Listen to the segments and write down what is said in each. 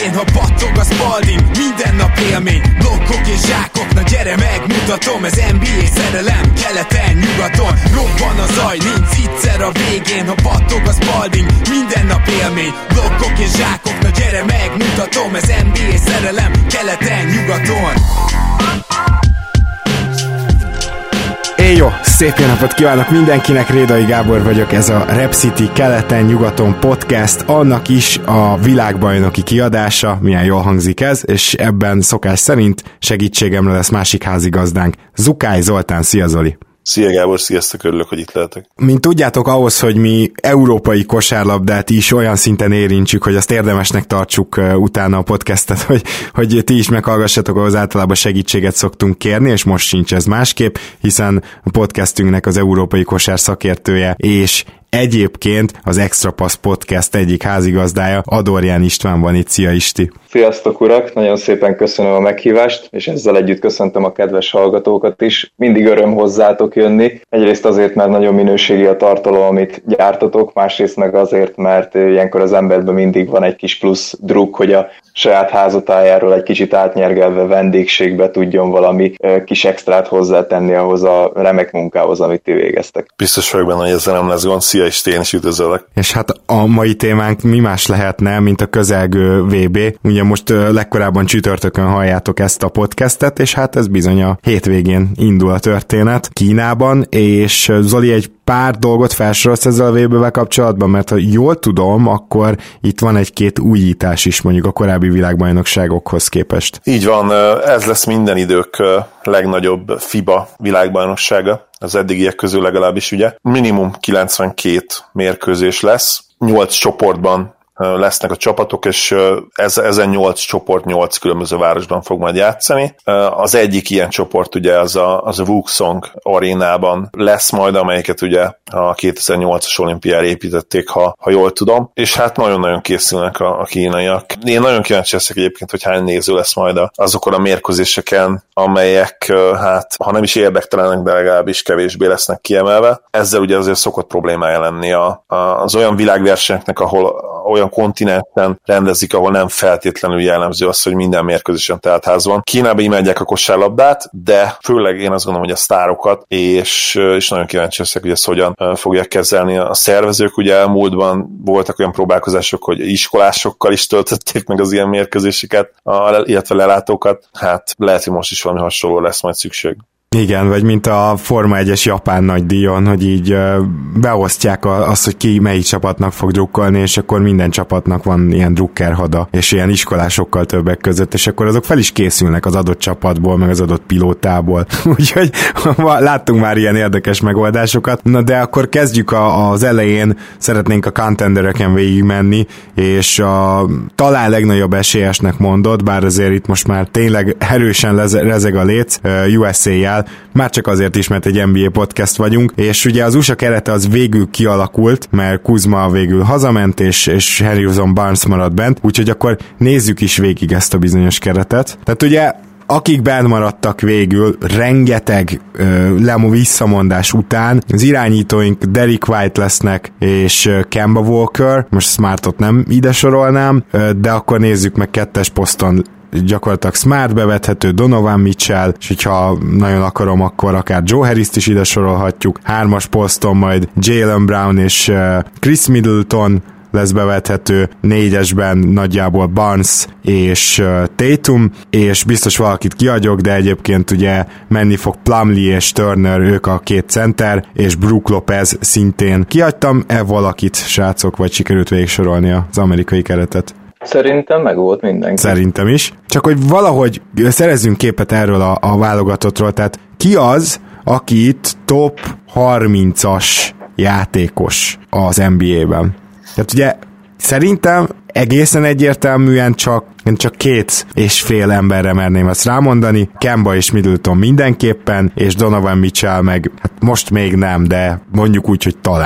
végén, ha battog a Spalding, minden nap élmény, blokkok és zsákok, na gyere megmutatom, ez NBA szerelem, keleten, nyugaton, robban a zaj, nincs viccer a végén, ha battog a Spalding, minden nap élmény, blokkok és zsákok, na gyere megmutatom, ez NBA szerelem, keleten, nyugaton. Jó, szép jó napot kívánok mindenkinek, Rédai Gábor vagyok, ez a Rep City keleten-nyugaton podcast, annak is a világbajnoki kiadása, milyen jól hangzik ez, és ebben szokás szerint segítségemre lesz másik házigazdánk, Zukály Zoltán. Szia Zoli! Szia Gábor, sziasztok, örülök, hogy itt lehetek. Mint tudjátok, ahhoz, hogy mi európai kosárlabdát is olyan szinten érintsük, hogy azt érdemesnek tartsuk utána a podcastet, hogy ti is meghallgassatok, ahhoz általában segítséget szoktunk kérni, és most sincs ez másképp, hiszen a podcastünknek az európai kosár szakértője és egyébként az Extra Pass Podcast egyik házigazdája, Adorján István van itt. Szia Isti! Sziasztok urak! Nagyon szépen köszönöm a meghívást, és ezzel együtt köszöntöm a kedves hallgatókat is. Mindig öröm hozzátok jönni. Egyrészt azért, mert nagyon minőségi a tartalom, amit gyártotok, másrészt meg azért, mert ilyenkor az emberben mindig van egy kis plusz druk, hogy a saját házatájáról egy kicsit átnyergelve vendégségbe tudjon valami kis extrát hozzátenni ahhoz a remek munkához, amit ti végeztek. Biztos vagyok benne, hogy ezzel nem lesz gond. Szia, és én is üdvözöllek. És hát a mai témánk mi más lehetne, mint a közelgő VB. Ugye most legkorábban csütörtökön halljátok ezt a podcastet, és hát ez bizony a hétvégén indul a történet Kínában, és Zoli, egy pár dolgot felsorolsz ezzel a VB-vel kapcsolatban, mert ha jól tudom, akkor itt van egy-két újítás is mondjuk a korábbi világbajnokságokhoz képest. Így van, ez lesz minden idők legnagyobb FIBA világbajnoksága, az eddigiek közül legalábbis ugye. Minimum 92 mérkőzés lesz, 8 csoportban lesznek a csapatok, és ezen 8 csoport 8 különböző városban fog majd játszani. Az egyik ilyen csoport ugye az a Wuxong arénában lesz majd, amelyiket ugye a 2008-as olimpiára építették, ha jól tudom, és hát nagyon-nagyon készülnek a kínaiak. Én nagyon kíváncsi leszek egyébként, hogy hány néző lesz majd azokon a mérkőzéseken, amelyek hát, ha nem is érdektelenek, de legalábbis kevésbé lesznek kiemelve. Ezzel ugye azért szokott problémája lenni az olyan világversenyeknek, ahol olyan kontinenten rendezik, ahol nem feltétlenül jellemző az, hogy minden mérkőzésen teltház van. Kínában imádják a kosárlabdát, de főleg én azt gondolom, hogy a sztárokat, és nagyon kíváncsi leszek, hogy ezt hogyan fogják kezelni a szervezők. Ugye elmúltban voltak olyan próbálkozások, hogy iskolásokkal is töltötték meg az ilyen mérkőzéseket, illetve lelátókat. Hát lehet, hogy most is valami hasonló lesz majd szükség. Igen, vagy mint a Forma 1-es japán nagydíjon, hogy így beosztják azt, hogy ki melyik csapatnak fog drukkolni, és akkor minden csapatnak van ilyen drukkerhada, és ilyen iskolásokkal többek között, és akkor azok fel is készülnek az adott csapatból, meg az adott pilótából. Úgyhogy láttunk már ilyen érdekes megoldásokat. Na de akkor kezdjük az elején, szeretnénk a contendereken végigmenni, és a talán legnagyobb esélyesnek mondod, bár azért itt most már tényleg erősen rezeg a léc, USA-jel, már csak azért is, mert egy NBA podcast vagyunk, és ugye az USA kerete az végül kialakult, mert Kuzma végül hazament, és Harrison Barnes maradt bent, úgyhogy akkor nézzük is végig ezt a bizonyos keretet. Tehát ugye akik bent maradtak végül, rengeteg visszamondás után, az irányítóink Derek White lesznek, és Kemba Walker, most Smartot nem ide sorolnám, de akkor nézzük meg kettes poszton gyakorlatilag Smart bevethető, Donovan Mitchell, és hogyha nagyon akarom, akkor akár Joe Harris-t is ide sorolhatjuk. 3-as poszton majd Jaylen Brown és Chris Middleton lesz bevethető, 4-esben nagyjából Barnes és Tatum, és biztos valakit kihagyok, de egyébként ugye menni fog Plumlee és Turner, ők a két center, és Brook Lopez szintén. Kihagytam-e valakit, srácok, vagy sikerült végigsorolni az amerikai keretet? Szerintem meg volt mindenki. Szerintem is. Csak hogy valahogy szerezzünk képet erről a válogatottról, tehát ki az, aki itt top 30-as játékos az NBA-ben? Tehát ugye szerintem egészen egyértelműen csak 2,5 emberre merném ezt rámondani, Kemba és Middleton mindenképpen, és Donovan Mitchell meg, hát most még nem, de mondjuk úgy, hogy talán.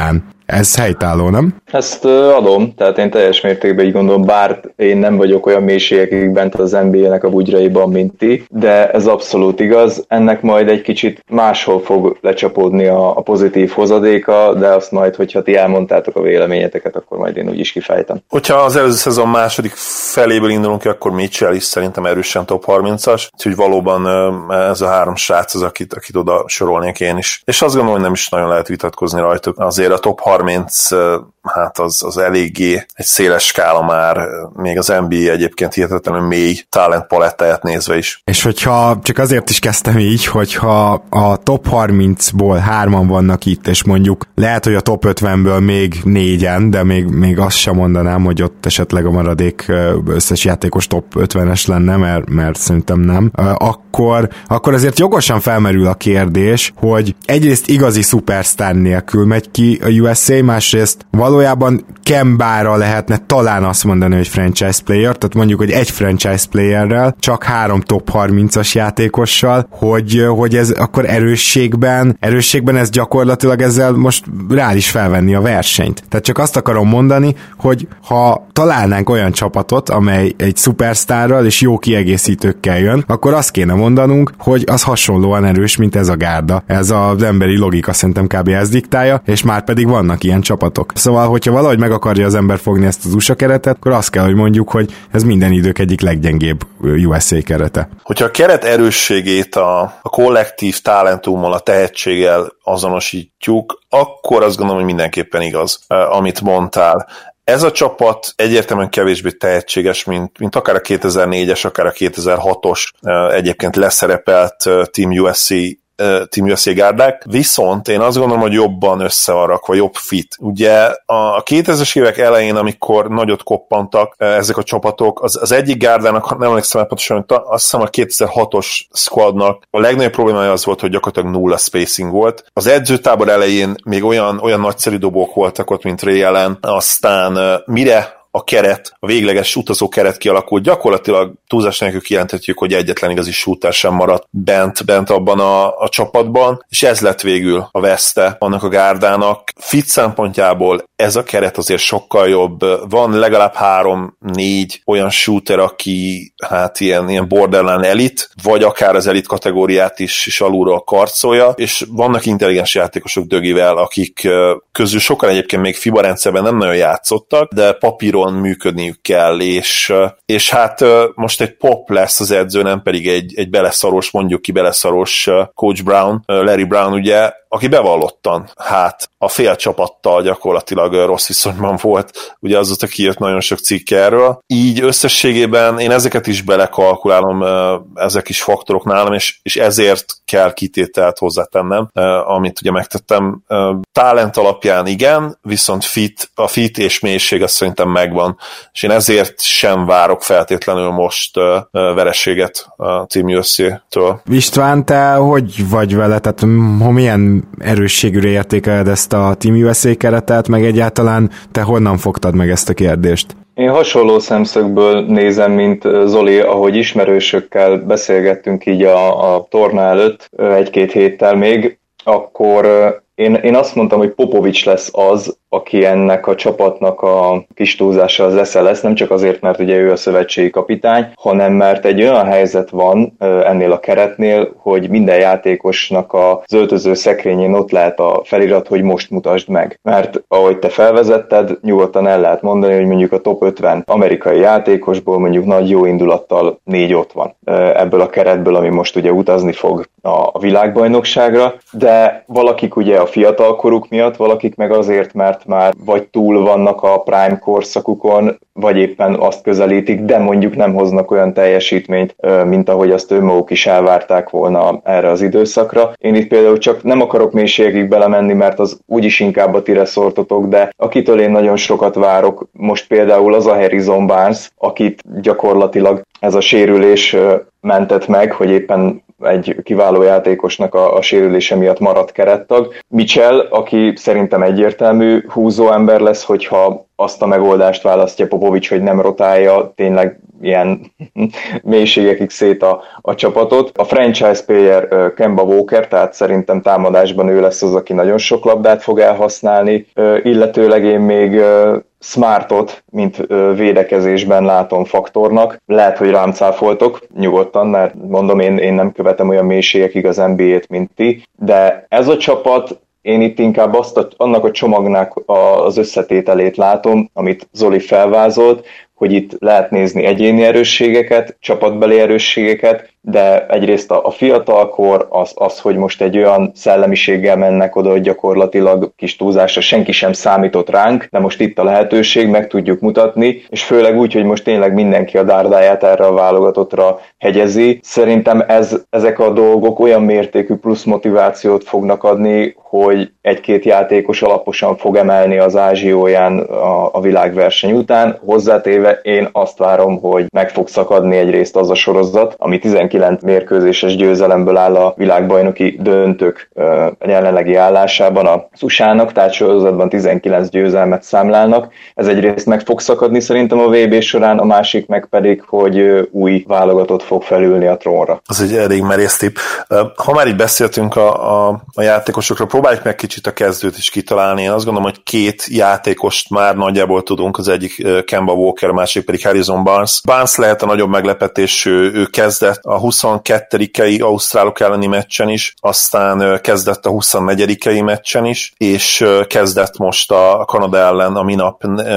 Ez helytálló, nem? Ezt adom, tehát én teljes mértékben így gondolom, bár én nem vagyok olyan mélységekig bent az NBA-nek a bugyraiban, mint ti, de ez abszolút igaz. Ennek majd egy kicsit máshol fog lecsapódni a pozitív hozadéka, de azt majd, hogyha ti elmondtátok a véleményeteket, akkor majd én úgyis kifejtem. Hogyha az előző szezon második feléből indulunk ki, akkor Mitchell is szerintem erősen top 30-as, úgyhogy valóban ez a három srác az, akit oda sorolnék én is. És azt gondolom, hogy nem is nagyon lehet vitatkozni rajtuk. Azért a top 30, hát az eléggé egy széles skála már, még az NBA egyébként hihetetlenül mély talent palettáját nézve is. És hogyha, csak azért is kezdtem így, hogyha a top 30-ból 3-an vannak itt, és mondjuk lehet, hogy a top 50-ből még 4-en, de még azt sem mondanám, hogy ott esetleg a maradék összes játékos top 50-es lenne, mert szerintem nem, akkor azért jogosan felmerül a kérdés, hogy egyrészt igazi szupersztár nélkül megy ki a USA, másrészt valójában Kembára lehetne talán azt mondani, hogy franchise player, tehát mondjuk, hogy egy franchise playerrel, csak 3 top 30-as játékossal, hogy ez akkor erősségben ez gyakorlatilag ezzel most rá is felvenni a versenyt. Tehát csak azt akarom mondani, hogy ha találnánk olyan csapatot, amely egy szupersztárral és jó kiegészítőkkel jön, akkor azt kéne mondanunk, hogy az hasonlóan erős, mint ez a gárda. Ez az emberi logika szerintem kb. Ez diktálja, és már pedig vannak ilyen csapatok. Szóval, hogyha valahogy meg akarja az ember fogni ezt az USA keretet, akkor azt kell, hogy mondjuk, hogy ez minden idők egyik leggyengébb USA kerete. Hogyha a keret erősségét a kollektív talentummal, a tehetséggel azonosítjuk, akkor azt gondolom, hogy mindenképpen igaz, amit mondtál. Ez a csapat egyértelműen kevésbé tehetséges, mint akár a 2004-es, akár a 2006-os egyébként leszerepelt Team USA gárdák, viszont én azt gondolom, hogy jobban össze van rakva, jobb fit. Ugye a 2000-es évek elején, amikor nagyot koppantak ezek a csapatok, az egyik gárdának, nem emlékszem pontosan, azt hiszem a 2006-os squadnak a legnagyobb problémája az volt, hogy gyakorlatilag nulla spacing volt. Az edzőtábor elején még olyan nagyszerű dobók voltak ott, mint Ray Allen, aztán mire a keret, a végleges utazó keret kialakult, gyakorlatilag túlzás nélkül kijelenthetjük, hogy egyetlen igazi shooter sem maradt bent abban a csapatban, és ez lett végül a veszte annak a gárdának. Fit szempontjából ez a keret azért sokkal jobb. Van legalább 3-4 olyan shooter, aki hát ilyen borderline elit, vagy akár az elit kategóriát is alulról karcolja, és vannak intelligens játékosok dögivel, akik közül sokan egyébként még FIBA rendszerben nem nagyon játszottak, de papíron működniük kell, és hát most egy Pop lesz az edző, nem pedig egy beleszaros, mondjuk ki beleszaros Coach Brown, Larry Brown ugye, aki bevallottan, hát a fél csapattal gyakorlatilag rossz viszonyban volt, ugye azóta kijött nagyon sok cikk erről. Így összességében én ezeket is belekalkulálom, ezek is faktorok nálam, és ezért kell kitételt hozzátennem, amit ugye megtettem. Talent alapján igen, viszont a fit és mélység azt szerintem megvan, és én ezért sem várok feltétlenül most vereséget a Team USA-től. István, te hogy vagy vele? Tehát milyen erősségűre értékeled ezt a Team USA keretet, meg egyáltalán te honnan fogtad meg ezt a kérdést? Én hasonló szemszögből nézem, mint Zoli, ahogy ismerősökkel beszélgettünk így a torna előtt egy-két héttel még, akkor én azt mondtam, hogy Popovics lesz az, aki ennek a csapatnak a kis túlzása az esze lesz, nem csak azért, mert ugye ő a szövetségi kapitány, hanem mert egy olyan helyzet van ennél a keretnél, hogy minden játékosnak az öltöző szekrényén ott lehet a felirat, hogy most mutasd meg. Mert ahogy te felvezetted, nyugodtan el lehet mondani, hogy mondjuk a top 50 amerikai játékosból mondjuk nagy jó indulattal 4 ott van ebből a keretből, ami most ugye utazni fog a világbajnokságra, de valakik ugye a fiatalkoruk miatt, valakik meg azért, mert már vagy túl vannak a prime korszakukon, vagy éppen azt közelítik, de mondjuk nem hoznak olyan teljesítményt, mint ahogy azt önmaguk is elvárták volna erre az időszakra. Én itt például csak nem akarok mélységig belemenni, mert az úgyis inkább a tire szortotok, de akitől én nagyon sokat várok, most például az a Harrison Barnes, akit gyakorlatilag ez a sérülés mentett meg, hogy éppen egy kiváló játékosnak a sérülése miatt maradt kerettag. Mitchell, aki szerintem egyértelmű húzó ember lesz, hogyha azt a megoldást választja Popovics, hogy nem rotálja tényleg ilyen mélységekig szét a csapatot. A franchise player Kemba Walker, tehát szerintem támadásban ő lesz az, aki nagyon sok labdát fog elhasználni, illetőleg én még Smartot, mint védekezésben látom faktornak. Lehet, hogy rám cáfoltok nyugodtan, mert mondom, én nem követem olyan mélységekig az NBA-t, mint ti, de ez a csapat, én itt inkább annak a csomagnak az összetételét látom, amit Zoli felvázolt, hogy itt lehet nézni egyéni erősségeket, csapatbeli erősségeket, de egyrészt a fiatalkor az, hogy most egy olyan szellemiséggel mennek oda, hogy gyakorlatilag kis túlzásra senki sem számított ránk, de most itt a lehetőség, meg tudjuk mutatni, és főleg úgy, hogy most tényleg mindenki a dárdáját erre a válogatottra hegyezi. Szerintem ezek a dolgok olyan mértékű plusz motivációt fognak adni, hogy egy-két játékos alaposan fog emelni az ázsióján a világverseny után. Hozzátéve én azt várom, hogy meg fog szakadni egyrészt az a sorozat, ami 19 mérkőzéses győzelemből áll a világbajnoki döntők jelenlegi állásában az USA-nak, tehát sorozatban 19 győzelmet számlálnak. Ez egyrészt meg fog szakadni szerintem a VB során, a másik meg pedig, hogy új válogatott fog felülni a trónra. Az egy elég merész tipp. Ha már így beszéltünk a játékosokról, próbáljuk meg kicsit a kezdőt is kitalálni. Én azt gondolom, hogy két játékost már nagyjából tudunk, az egyik Kemba Walker, a másik pedig Harrison Barnes. Barnes lehet a nagyobb meglepetés, ő kezdett a 22-i ausztrálok elleni meccsen is, aztán kezdett a 24-i meccsen is, és kezdett most a Kanada ellen a minap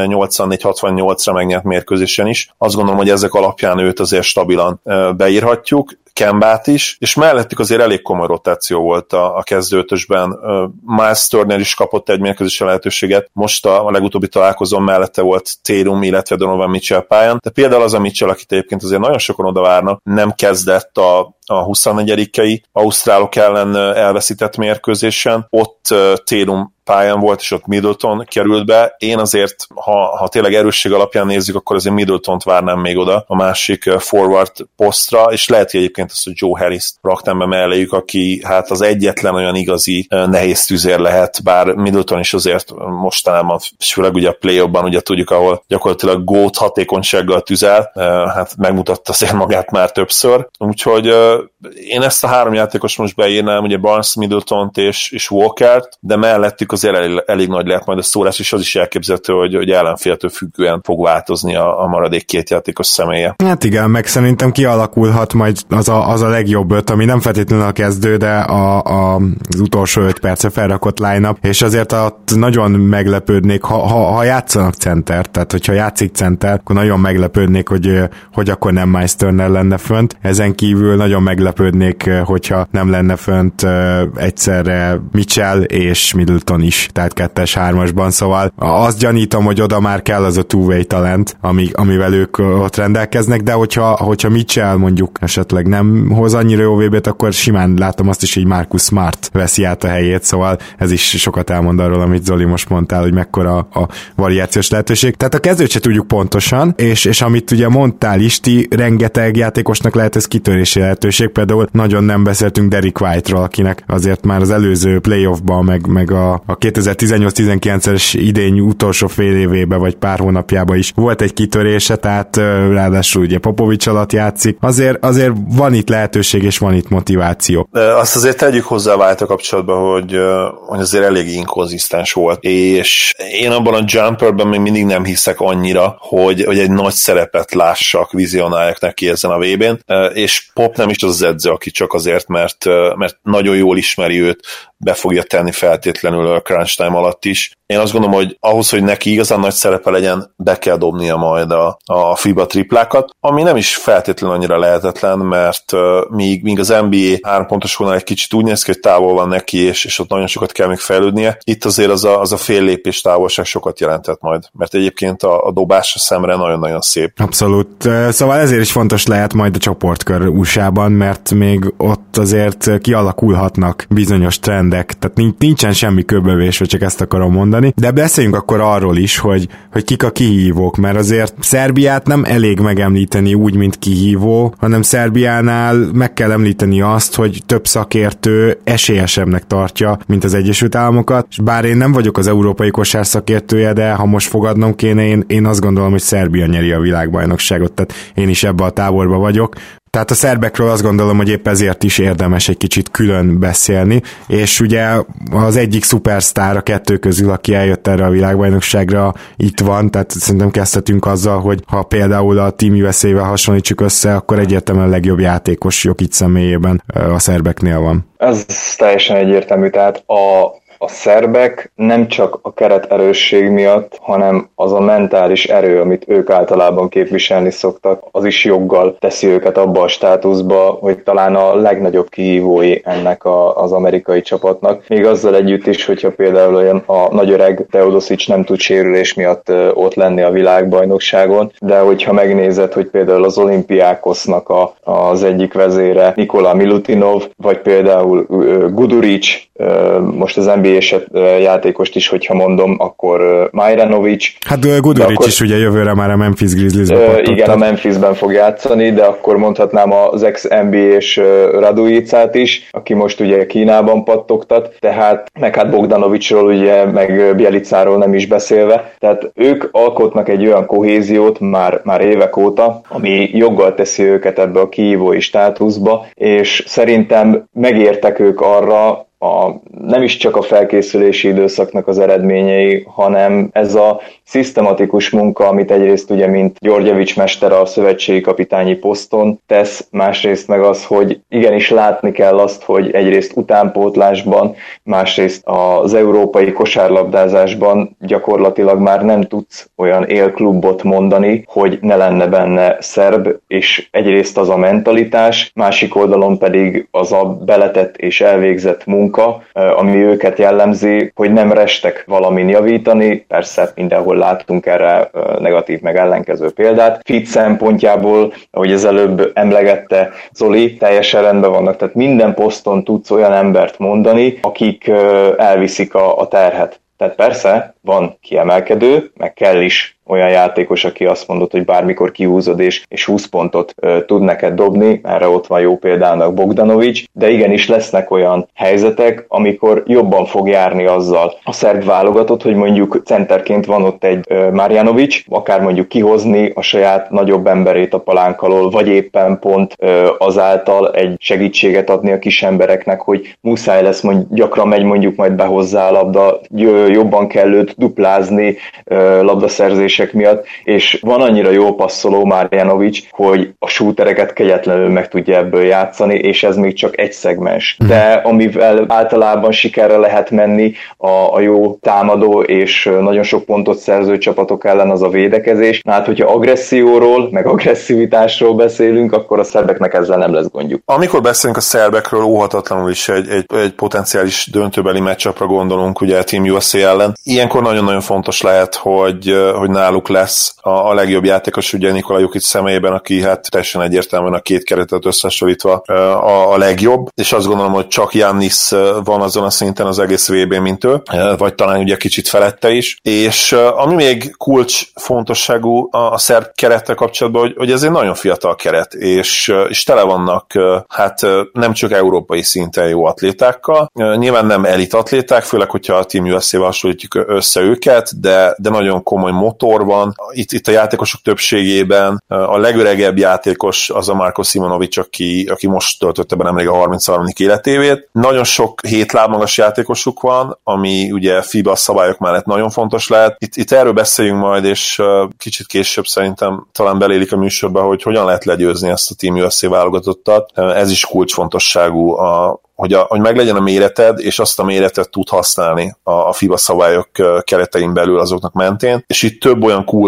84-68-ra megnyert mérkőzésen is. Azt gondolom, hogy ezek alapján őt azért stabilan beírhatjuk, Kembát is, és mellettük azért elég komoly rotáció volt a kezdőtösben. Miles Turner is kapott egy mérkőzési lehetőséget, most a legutóbbi találkozón mellette volt Tatum, illetve Donovan Mitchell pályán, de például az a Mitchell, akit egyébként azért nagyon sokan oda várnak, nem kezdett a 24-i ausztrálok ellen elveszített mérkőzésen, ott Tatum pályán volt, és ott Middleton került be. Én azért, ha tényleg erősség alapján nézzük, akkor azért Middletont várnám még oda a másik forward posztra, és lehet, hogy egyébként azt, hogy Joe Harris raknám be melléjük, aki hát az egyetlen olyan igazi nehéz tüzér lehet, bár Middleton is azért mostanában, és főleg ugye a play-offban, ugye tudjuk, ahol gyakorlatilag gót hatékonysággal tüzel, hát megmutatta azért magát már többször, úgyhogy én ezt a három játékos most beírnám, ugye Barnes, Middletont és Walkert, de mellettük azért elég nagy lehet majd a szórás, és az is elképzelhető, hogy ellenféltől függően fog változni a maradék két játékos személye. Hát igen, meg szerintem kialakulhat majd az a legjobb öt, ami nem feltétlenül a kezdő, de az utolsó 5 perce felrakott line-up, és azért ott nagyon meglepődnék, ha játszanak center, tehát hogyha játszik center, akkor nagyon meglepődnék, hogy akkor nem Miles Turner lenne fönt. Ezen kívül nagyon meglepődnék, hogyha nem lenne fönt egyszerre Mitchell és Middleton is, tehát 2-3-asban, szóval azt gyanítom, hogy oda már kell az a two-way talent, amivel ők ott rendelkeznek, de hogyha Mitchell mondjuk esetleg nem hoz annyira jó VB-t, akkor simán látom azt is, hogy Marcus Smart veszi át a helyét, szóval ez is sokat elmond arról, amit Zoli most mondtál, hogy mekkora a variációs lehetőség. Tehát a kezdőt se tudjuk pontosan, és amit ugye mondtál is, ti rengeteg játékosnak lehet ez kitörési lehetőség, például nagyon nem beszéltünk Derrick White-ról, akinek azért már az előző playoffban, meg a 2018-19-es idény utolsó fél évében, vagy pár hónapjában is volt egy kitörése, tehát ráadásul ugye Popovics alatt játszik. Azért van itt lehetőség, és van itt motiváció. Azt azért tegyük hozzá a White-a kapcsolatban, hogy azért elég inkonzisztens volt, és én abban a jumperben még mindig nem hiszek annyira, hogy egy nagy szerepet lássak, vizionáljak neki ezen a VB-n, és Pop nem is az edző, aki csak azért, mert nagyon jól ismeri őt, be fogja tenni feltétlenül a crunch time alatt is. Én azt gondolom, hogy ahhoz, hogy neki igazán nagy szerepe legyen, be kell dobnia majd a FIBA triplákat, ami nem is feltétlenül annyira lehetetlen, mert míg az NBA 3 pontos vonal egy kicsit úgy néz ki, hogy távol van neki, és ott nagyon sokat kell még fejlődnie. Itt azért az a fél lépés távolság sokat jelentett majd, mert egyébként a dobás a szemre nagyon-nagyon szép. Abszolút. Szóval ezért is fontos lehet majd a csoportkör USA-ban, mert még ott azért kialakulhatnak bizonyos trendek, tehát nincsen semmi kőből lövésve, csak ezt akarom mondani. De beszéljünk akkor arról is, hogy kik a kihívók, mert azért Szerbiát nem elég megemlíteni úgy, mint kihívó, hanem Szerbiánál meg kell említeni azt, hogy több szakértő esélyesebbnek tartja, mint az Egyesült Államokat, és bár én nem vagyok az európai kosár szakértője, de ha most fogadnom kéne, én azt gondolom, hogy Szerbia nyeri a világbajnokságot, tehát én is ebbe a táborba vagyok. Tehát a szerbekről azt gondolom, hogy épp ezért is érdemes egy kicsit külön beszélni, és ugye az egyik szupersztár a kettő közül, aki eljött erre a világbajnokságra, itt van, tehát szerintem kezdhetünk azzal, hogy ha például a Team USA-vel hasonlítsuk össze, akkor egyértelműen a legjobb játékos Jokic személyében a szerbeknél van. Ez teljesen egyértelmű, tehát a szerbek nem csak a keret erősség miatt, hanem az a mentális erő, amit ők általában képviselni szoktak, az is joggal teszi őket abba a státuszba, hogy talán a legnagyobb kihívói ennek az amerikai csapatnak. Még azzal együtt is, hogyha például olyan a nagyöreg Teodosic nem tud sérülés miatt ott lenni a világbajnokságon, de hogyha megnézed, hogy például az Olympiákosznak az egyik vezére Nikola Milutinov, vagy például Guduric, most az NBA játékost is, hogyha mondom, akkor Majranovic. Hát Guduric is ugye jövőre már a Memphis Grizzliesbe igen, a Memphisben fog játszani, de akkor mondhatnám az ex-NBA-s Radujicát is, aki most ugye Kínában pattogtat, tehát meg hát Bogdanovicról ugye, meg Bielicáról nem is beszélve, tehát ők alkotnak egy olyan kohéziót már évek óta, ami joggal teszi őket ebbe a kihívói státuszba, és szerintem megértek ők arra, nem is csak a felkészülési időszaknak az eredményei, hanem ez a szisztematikus munka, amit egyrészt ugye, mint Györgyevics mester a szövetségi kapitányi poszton tesz, másrészt meg az, hogy igenis látni kell azt, hogy egyrészt utánpótlásban, másrészt az európai kosárlabdázásban gyakorlatilag már nem tudsz olyan élklubot mondani, hogy ne lenne benne szerb, és egyrészt az a mentalitás, másik oldalon pedig az a beletett és elvégzett munka, ami őket jellemzi, hogy nem restek valamin javítani, persze mindenhol látunk erre negatív meg ellenkező példát. Fit szempontjából, ahogy az előbb emlegette Zoli, teljesen rendben vannak, tehát minden poszton tudsz olyan embert mondani, akik elviszik a terhet. Tehát persze van kiemelkedő, meg kell is olyan játékos, aki azt mondott, hogy bármikor kihúzod és 20 pontot tud neked dobni, erre ott van jó példának Bogdanovic, de igenis lesznek olyan helyzetek, amikor jobban fog járni azzal a szerb válogatott, hogy mondjuk centerként van ott egy Marjanovic, akár mondjuk kihozni a saját nagyobb emberét a palánk alól, vagy éppen pont azáltal egy segítséget adni a kis embereknek, hogy muszáj lesz, gyakran megy mondjuk majd behozzá a labda, jobban kell őt duplázni labdaszerzés miatt, és van annyira jó passzoló Marjanovic, hogy a shootereket kegyetlenül meg tudja ebből játszani, és ez még csak egy szegmens. De amivel általában sikerre lehet menni a jó támadó és nagyon sok pontot szerző csapatok ellen, az a védekezés. Hát, hogyha agresszióról, meg agresszivitásról beszélünk, akkor a szerbeknek ezzel nem lesz gondjuk. Amikor beszélünk a szerbekről, óhatatlanul is egy potenciális döntőbeli meccsapra gondolunk, ugye a Team USA ellen. Ilyenkor nagyon-nagyon fontos lehet, hogy náluk lesz a legjobb játékos, ugye Nikola Jokic személyében, aki hát teljesen egyértelműen a két keretet összehasonlítva a legjobb, és azt gondolom, hogy csak Giannis van azon a szinten az egész VB-n, mint ő, vagy talán ugye kicsit felette is, és ami még kulcs fontosságú a szerb kerettel kapcsolatban, hogy ez egy nagyon fiatal keret, és tele vannak hát nem csak európai szinten jó atlétákkal, nyilván nem elit atléták, főleg, hogyha a Team USA-val hasonlítjuk össze őket, de nagyon komoly motor van. Itt a játékosok többségében a legöregebb játékos az a Marko Simonovic, aki most töltötte be nemrég a 33. életévét. Nagyon sok hétlábmagas játékosuk van, ami ugye FIBA szabályok mellett nagyon fontos lehet. Itt erről beszéljünk majd, és kicsit később szerintem talán belélik a műsorba, hogy hogyan lehet legyőzni ezt a Team USA válogatottat. Ez is kulcsfontosságú, hogy meglegyen a méreted, és azt a méretet tud használni a FIBA szabályok keretein belül azoknak mentén. És itt több olyan kulcs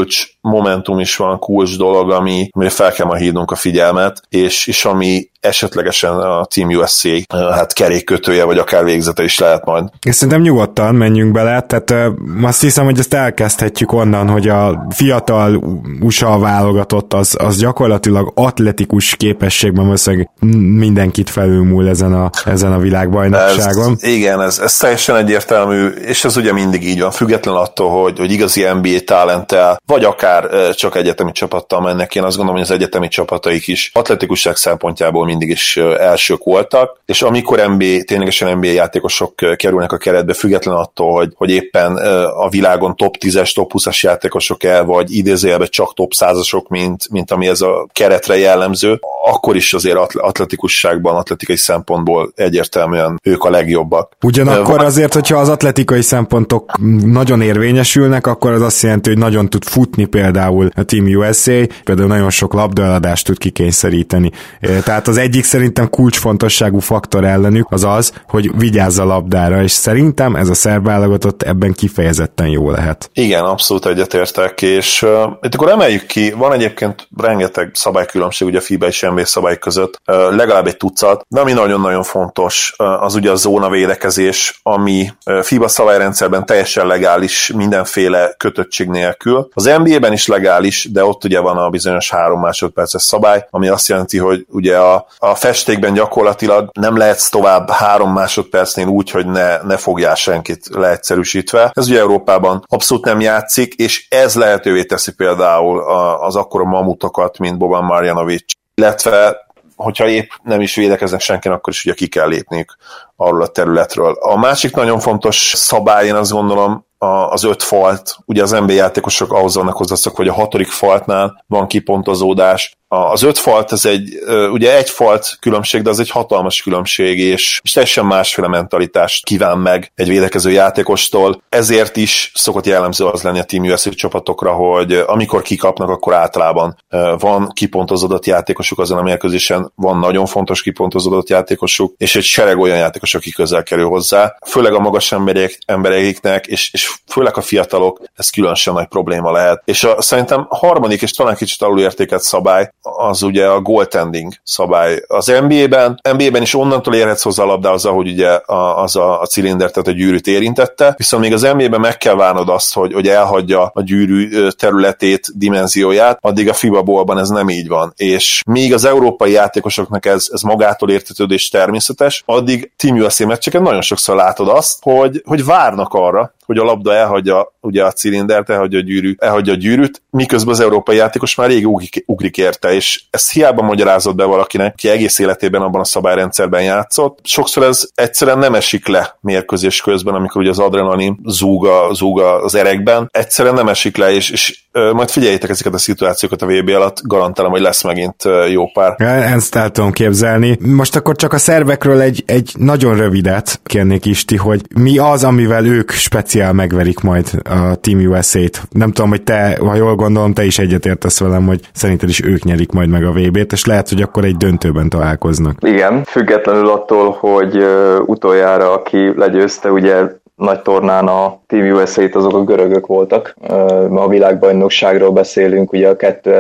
momentum is van, kulcs dolog, amire fel kell ma hívnunk a figyelmet, és ami esetlegesen a Team USA hát kerékkötője, vagy akár végzete is lehet majd. És szerintem nyugodtan menjünk bele, tehát azt hiszem, hogy ezt elkezdhetjük onnan, hogy a fiatal USA válogatott az gyakorlatilag atletikus képességben mindenkit felülmúl ezen a világbajnokságon. Ez teljesen egyértelmű, és ez ugye mindig így van, független attól, hogy igazi NBA talenttel, vagy akár csak egyetemi csapattal mennek. Én azt gondolom, hogy az egyetemi csapataik is atletikusság szempontjából mindig is elsők voltak, és amikor ténylegesen NBA játékosok kerülnek a keretbe, független attól, hogy éppen a világon top 10-es, top 20-as játékosok vagy idézőjelben csak top 100-asok, mint ami ez a keretre jellemző, akkor is azért atletikusságban, atletikai szempontból egyértelműen ők a legjobbak. Ugyanakkor azért, hogyha az atletikai szempontok nagyon érvényesülnek, akkor az azt jelenti, hogy nagyon tud futni például a Team USA, például nagyon sok labdaeladást tud kikényszeríteni. Tehát az egyik szerintem kulcsfontosságú faktor ellenük az, hogy vigyázz a labdára, és szerintem ez a szerb válogatott ebben kifejezetten jó lehet. Igen, abszolút egyetértek, és itt akkor emeljük ki, van egyébként rengeteg szabálykülönbség ugye a FIBA és NBA szabály között, legalább egy tucat, de ami nagyon-nagyon fontos, az ugye a zónavédekezés, ami FIBA szabályrendszerben teljesen legális, mindenféle kötöttség nélkül. Az NBA-ben is legális, de ott ugye van a bizonyos 3 másodperces szabály, ami azt jelenti, hogy ugye a festékben gyakorlatilag nem lehetsz tovább 3 másodpercnél úgy, hogy ne fogjál senkit, leegyszerűsítve. Ez ugye Európában abszolút nem játszik, és ez lehetővé teszi például az akkora mamutokat, mint Boban Marjanovic, illetve hogyha épp nem is védekeznek senkin, akkor is ugye ki kell lépniük arról a területről. A másik nagyon fontos szabály, én azt gondolom, az 5 falt. Ugye az NBA játékosok ahhoz vannak hozzászokva, hogy a 6. faltnál van kipontozódás. Az 5 falt, ez ugye egy falt különbség, de az egy hatalmas különbség, és teljesen másféle mentalitást kíván meg egy védekező játékostól. Ezért is szokott jellemző az lenni a Team USA csapatokra, hogy amikor kikapnak, akkor általában van kipontozódott játékosuk azon a mérkőzésen, van nagyon fontos kipontozódott játékosuk, és egy sereg olyan játékos, aki közel kerül hozzá. Főleg a magas embereknek, és főleg a fiatalok, ez különösen nagy probléma lehet. És szerintem a harmadik, és talán kicsit alulértékelt szabály, az ugye a goaltending szabály. Az NBA-ben is onnantól érhetsz hozzá a labdához, ahogy ugye az a cilinder, tehát a gyűrűt érintette, viszont még az NBA-ben meg kell várnod azt, hogy elhagyja a gyűrű területét, dimenzióját, addig a FIBA Ballban ez nem így van. És míg az európai játékosoknak ez magától értetődő és természetes, addig Team USA meccseken nagyon sokszor látod azt, hogy várnak arra, hogy a labda elhagyja ugye a cilindert, elhagyja a gyűrűt, miközben az európai játékos már rég ugrik érte, és ezt hiába magyarázott be valakinek, ki egész életében abban a szabályrendszerben játszott. Sokszor ez egyszerűen nem esik le mérkőzés közben, amikor ugye az adrenalin zúg az erekben, egyszerűen nem esik le, és majd figyeljétek ezeket a szituációkat a VB alatt, garantálom, hogy lesz megint jó pár. Ezt el tudom képzelni. Most akkor csak a szervekről egy nagyon rövidet kérnék, Isti, hogy mi az, amivel ők speciál megverik majd a Team USA-t. Nem tudom, hogy te, ha jól gondolom, te is egyetértesz velem, hogy szerinted is ők nyerik majd meg a VB-t, és lehet, hogy akkor egy döntőben találkoznak. Igen, függetlenül attól, hogy utoljára aki legyőzte, ugye nagy tornán a Team USA-t, azok a görögök voltak. A világbajnokságról beszélünk, ugye a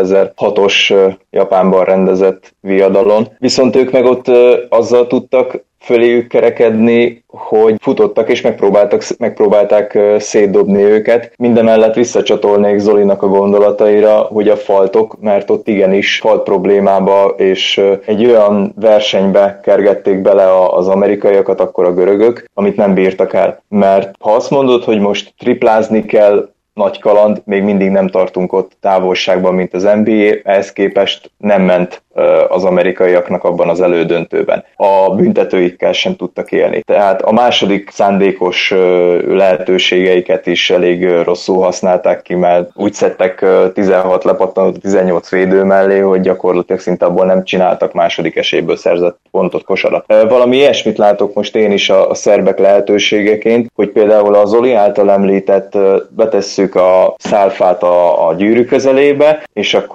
2006-os Japánban rendezett viadalon. Viszont ők meg ott azzal tudtak föléjük kerekedni, hogy futottak és megpróbálták szétdobni őket. Mindemellett visszacsatolnék Zolinak a gondolataira, hogy a faltok, mert ott igenis falt problémába, és egy olyan versenybe kergették bele az amerikaiakat, akkor a görögök, amit nem bírtak el. Mert ha azt mondod, hogy most triplázni kell, nagy kaland, még mindig nem tartunk ott távolságban, mint az NBA, ehhez képest nem ment az amerikaiaknak abban az elődöntőben. A büntetőikkel sem tudtak élni. Tehát a második szándékos lehetőségeiket is elég rosszul használták ki, mert úgy szedtek 16 lepattanót 18 védő mellé, hogy gyakorlatilag szinte abból nem csináltak második esélyből szerzett pontot kosarat. Valami ilyesmit látok most én is a szerbek lehetőségeként, hogy például az Zoli által említett betesszük a szálfát a gyűrű közelébe, és akkor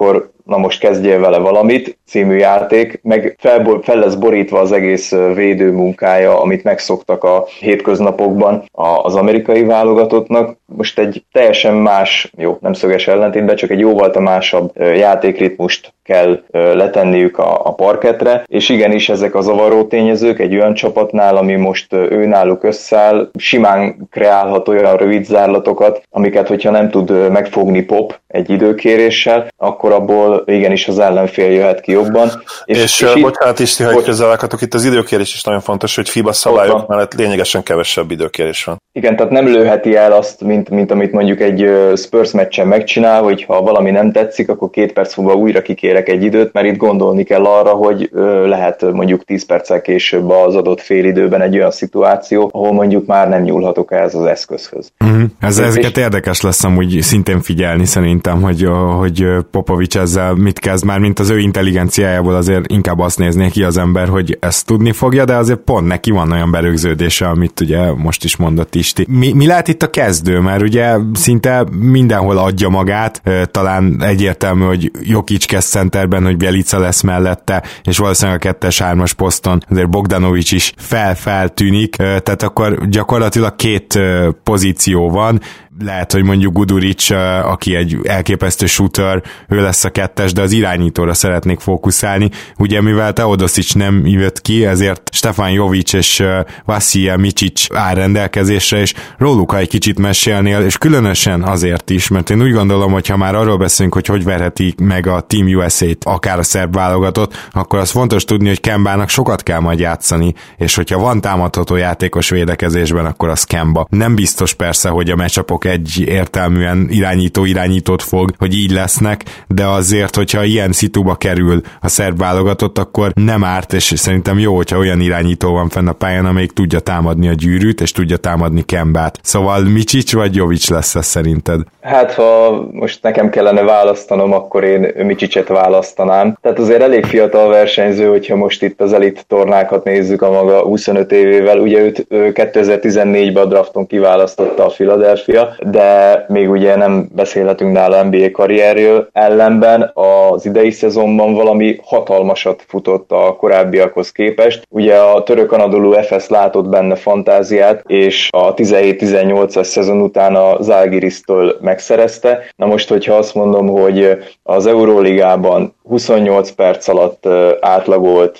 na most kezdjél vele valamit című játék, meg fel lesz borítva az egész védőmunkája, amit megszoktak a hétköznapokban az amerikai válogatottnak. Most egy teljesen más, jó, nem szöges ellentétben, csak egy jóval másabb játékritmust kell letenniük a parketre, és igenis ezek a zavaró tényezők egy olyan csapatnál, ami most őnáluk összeáll, simán kreálhat olyan rövid zárlatokat, amiket, hogyha nem tud megfogni Pop egy időkéréssel, akkor abból igenis az ellenfél jöhet ki jobban. És bocsánat Isti, hogy közelelakatok, itt az időkérés is nagyon fontos, hogy FIBA szabályok mellett lényegesen kevesebb időkérés van. Igen, tehát nem lőheti el azt, mint amit mondjuk egy Spurs meccsen megcsinál, hogy ha valami nem tetszik, akkor 2 perc múlva újra kikérek egy időt, mert itt gondolni kell arra, hogy lehet mondjuk 10 perccel később az adott félidőben egy olyan szituáció, ahol mondjuk már nem nyúlhatok ehhez az eszközhöz. Ezeket érdekes lesz amúgy szintén figyelni szerintem, hogy Popovics ezzel mit kezd már, mint az ő intelligenciájából azért inkább azt nézné ki az ember, hogy ezt tudni fogja, de azért pont neki van olyan berögződése, amit ugye most is mondott Isti. Mi lehet itt a kezdő? Mert ugye szinte mindenhol adja magát, talán egyértelmű, hogy Jokic kezd centerben, hogy Bjelica lesz mellette, és valószínűleg a 2-3-as poszton azért Bogdanovics is feltűnik, tehát akkor gyakorlatilag 2 pozíció van, lehet, hogy mondjuk Guduric, aki egy elképesztő shooter, ő lesz a 2-es, de az irányítóra szeretnék fókuszálni. Ugye mivel Teodosic nem jött ki, ezért Stefan Jovic és Vasilije Micic áll rendelkezésre, és róluk ha egy kicsit mesélnél, és különösen azért is, mert én úgy gondolom, hogy ha már arról beszélünk, hogy verheti meg a Team USA-t, akár a szerb válogatott, akkor az fontos tudni, hogy Kembának sokat kell majd játszani, és hogyha van támadható játékos védekezésben, akkor az Kemba. Nem biztos persze, hogy a matchupok egy értelműen irányítót fog, hogy így lesznek, de azért, hogyha ilyen szituba kerül a szerb válogatott, akkor nem árt, és szerintem jó, hogyha olyan irányító van fenn a pályán, amelyik tudja támadni a gyűrűt, és tudja támadni Kembát. Szóval Micic vagy Jovic lesz ez szerinted? Hát, ha most nekem kellene választanom, akkor én Micicet választanám. Tehát azért elég fiatal versenyző, hogyha most itt az elit tornákat nézzük a maga 25 évével. Ugye őt 2014-ben a drafton kiválasztotta a Philadelphia, de még ugye nem beszélhetünk nála NBA karrierről, ellenben az idei szezonban valami hatalmasat futott a korábbiakhoz képest. Ugye a török Anadolu Efes látott benne fantáziát, és a 17-18-as szezon után a Zalgirisztől megszerezte. Na most, hogyha azt mondom, hogy az Euróligában 28 perc alatt átlagolt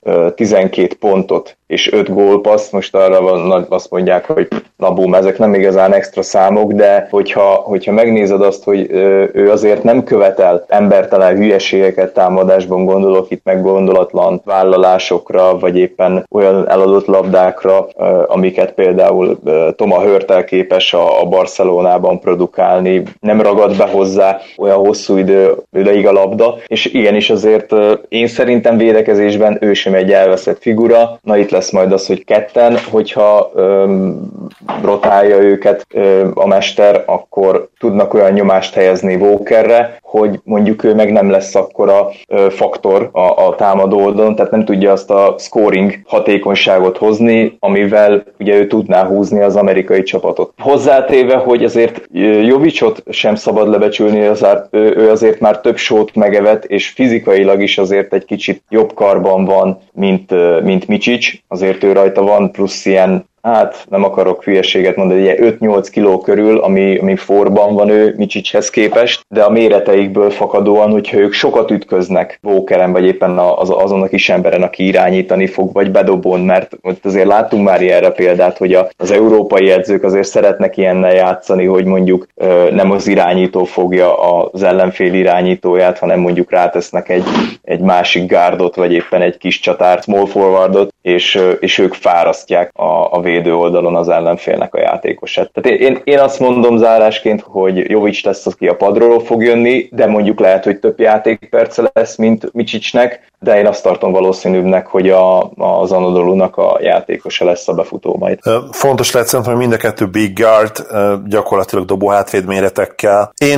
12 pontot és 5 gólpaszt, most arra azt mondják, hogy na bum, ezek nem igazán extra számok, de hogyha megnézed azt, hogy ő azért nem követel embertelen hülyeségeket támadásban, gondolok itt meg gondolatlan vállalásokra, vagy éppen olyan eladott labdákra, amiket például Toma Hörtel képes a Barcelonában produkálni, nem ragad be hozzá olyan hosszú ideig a labda, és igenis azért én szerintem védekezésben ő sem egy elveszett figura. Na itt lesz majd az, hogy ketten, hogyha rotálja őket a mester, akkor tudnak olyan nyomást helyezni Walkerre, hogy mondjuk ő meg nem lesz akkora faktor a támadó oldalon, tehát nem tudja azt a scoring hatékonyságot hozni, amivel ugye ő tudná húzni az amerikai csapatot. Hozzátéve, hogy azért Jovicot sem szabad lebecsülni, ő azért már több sót megevett, és fizikailag is azért egy kicsit jobb karban van, mint Micic, azért ő rajta van plusz ilyen, hát nem akarok hülyeséget mondani, ugye 5-8 kiló körül, ami forban van ő Micichez képest, de a méreteikből fakadóan, hogyha ők sokat ütköznek Walkeren, vagy éppen azon a kis emberen, aki irányítani fog, vagy bedobón, mert azért láttunk már ilyenre példát, hogy az európai edzők azért szeretnek ilyennel játszani, hogy mondjuk nem az irányító fogja az ellenfél irányítóját, hanem mondjuk rátesznek egy másik gárdot, vagy éppen egy kis csatárt, small forwardot, és ők fárasztják a védő oldalon az ellenfélnek a játékosát. Tehát én azt mondom zárásként, hogy Jovic lesz, aki a padról fog jönni, de mondjuk lehet, hogy több játékperce lesz, mint Micicnek, de én azt tartom valószínűbbnek, hogy az Anadolunak a játékosa lesz a befutó majd. Fontos lehet szerintem, hogy mind a kettő big guard, gyakorlatilag dobó hátvéd méretekkel. Én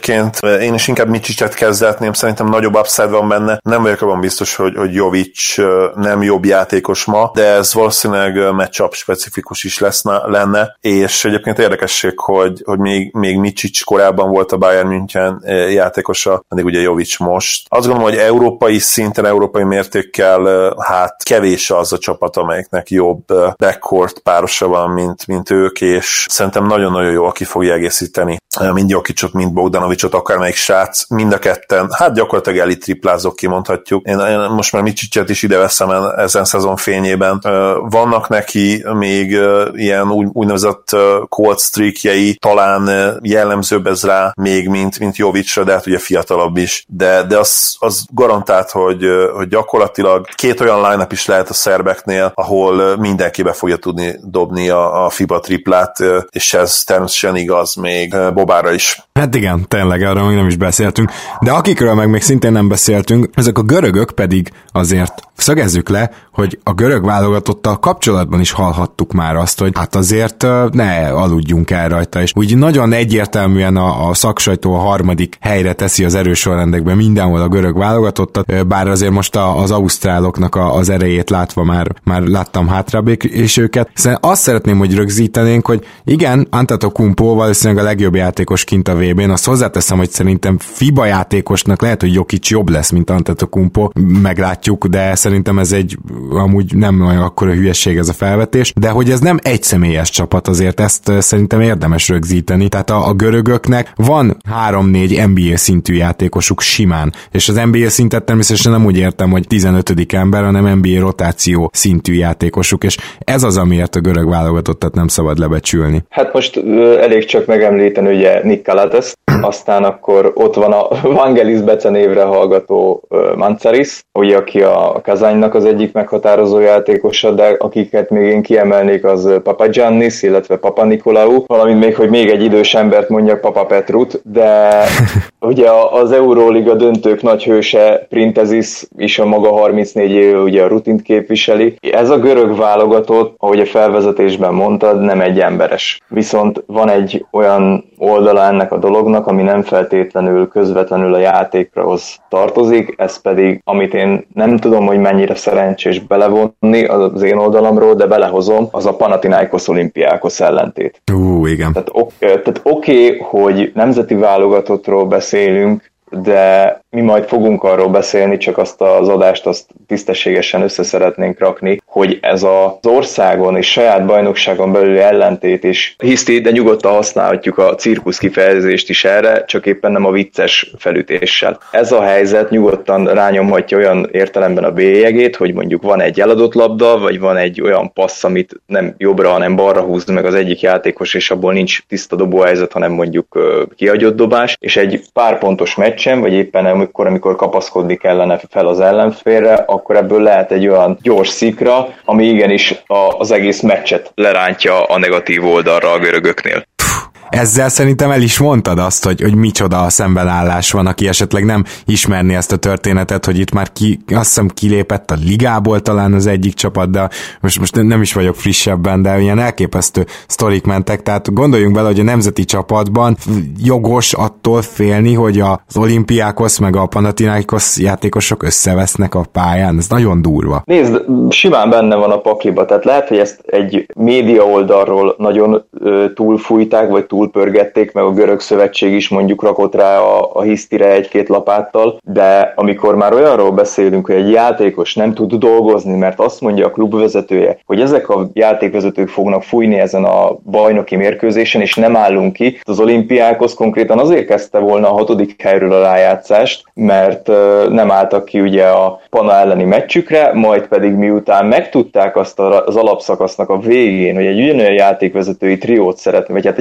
is inkább Micsicset kezdetném, szerintem nagyobb upside van benne. Nem vagyok abban biztos, hogy Jovic nem jobb játékos ma, de ez valószínűleg matchup specifikus is lenne, és egyébként érdekesség, hogy még Micsics korábban volt a Bayern München játékosa, pedig ugye Jovic most. Azt gondolom, hogy európai szinten, európai mértékkel hát kevés az a csapat, amelyiknek jobb backcourt párosa van, mint ők, és szerintem nagyon-nagyon jól ki fogja egészíteni mind Jokicot, mind Bogdanovicot, akármelyik srác, mind a ketten, hát gyakorlatilag elit triplázok, kimondhatjuk. Én most már Micsicset is ide veszem ezen szezon fényében. Vannak neki még ilyen úgynevezett cold streakjei, talán jellemzőbb ez rá még, mint Jovicra, de hát ugye fiatalabb is. De az garantált, hogy gyakorlatilag két olyan line-up is lehet a szerbeknél, ahol mindenki be fogja tudni dobni a FIBA triplát, és ez természetesen igaz még Bobára is. Hát igen, tényleg arról még nem is beszéltünk, de akikről meg még szintén nem beszéltünk, ezek a görögök pedig azért szögezzük le, hogy a görög válogatottal kapcsolatban is hallhattuk már azt, hogy hát azért ne aludjunk el rajta, és úgy nagyon egyértelműen a szaksajtó a harmadik helyre teszi az erősorrendekben mindenhol a görög válogatottat, bár azért most az ausztráloknak az erejét látva már láttam hátrább és őket. Szóval azt szeretném, hogy rögzítenénk, hogy igen, Antetokounmpo valószínűleg a legjobb játékos kint a VB-n, azt hozzáteszem, hogy szerintem FIBA játékosnak lehet, hogy Jokic jobb lesz, mint Antetokounmpo, meglátjuk, de szerintem ez amúgy nem olyan akkora hülyeség ez a felvetés, de hogy ez nem egy személyes csapat, azért ezt szerintem érdemes rögzíteni, tehát a görögöknek van 3-4 NBA szintű játékosuk simán, és az NBA szintet természetesen nem úgy értem, hogy 15. ember, hanem NBA rotáció szintű játékosuk, és ez az, amiért a görög válogatottat nem szabad lebecsülni. Hát most elég csak megemlíteni ugye Nick Kalates, aztán akkor ott van a Vangelis becenévre hallgató Mantzaris, ugye, aki a Kazánynak az egyik meghatározó játékosa, de akiket még én kiemelnék, az Papagiannis, illetve Papa Nikolaou, valamint még, hogy még egy idős embert mondjak, Papa Petrut, de ugye az Euróliga döntők nagy hőse Printezis is a maga 34 éve ugye a rutint képviseli. Ez a görög válogatott, ahogy a felvezetésben mondtad, nem egy emberes. Viszont van egy olyan oldala ennek a dolognak, ami nem feltétlenül közvetlenül a játékhoz tartozik, ez pedig, amit én nem tudom, hogy mennyire szerencsés belevonni az én oldalamról, de belehozom, az a Panathinaikos Olympiakos ellentét. Igen. Tehát oké, hogy nemzeti válogatottról beszélünk, de mi majd fogunk arról beszélni, csak azt az adást azt tisztességesen össze szeretnénk rakni, hogy ez az országon és saját bajnokságon belüli ellentét is hiszti, de nyugodtan használhatjuk a cirkusz kifejezést is erre, csak éppen nem a vicces felütéssel. Ez a helyzet nyugodtan rányomhatja olyan értelemben a bélyegét, hogy mondjuk van egy eladott labda, vagy van egy olyan passz, amit nem jobbra, hanem balra húz meg az egyik játékos, és abból nincs tiszta dobóhelyzet, hanem mondjuk kihagyott dobás, és egy pár pontos meccsen, vagy éppen amikor kapaszkodni kellene fel az ellenfélre, akkor ebből lehet egy olyan gyors szikra, ami igenis az egész meccset lerántja a negatív oldalra a görögöknél. Ezzel szerintem el is mondtad azt, hogy micsoda a szembenállás van, aki esetleg nem ismerné ezt a történetet, hogy itt már azt hiszem kilépett a ligából talán az egyik csapat, de most nem is vagyok frissebben, de ilyen elképesztő sztorik mentek, tehát gondoljunk bele, hogy a nemzeti csapatban jogos attól félni, hogy az Olympiakos meg a Panathinaikos játékosok összevesznek a pályán, ez nagyon durva. Nézd, simán benne van a pakliba, tehát lehet, hogy ezt egy média oldalról nagyon túlfújták, vagy túlpörgették, meg a görög szövetség is mondjuk rakott rá a hisztire egy-két lapáttal, de amikor már olyanról beszélünk, hogy egy játékos nem tud dolgozni, mert azt mondja a klubvezetője, hogy ezek a játékvezetők fognak fújni ezen a bajnoki mérkőzésen, és nem állunk ki. Az Olympiákos konkrétan azért kezdte volna a 6. helyről a rájátszást, mert nem álltak ki ugye a Pana elleni meccsükre, majd pedig miután megtudták azt az alapszakasznak a végén, hogy egy ugyanolyan játékvezetői triót szeretne, vagy hát egy olyan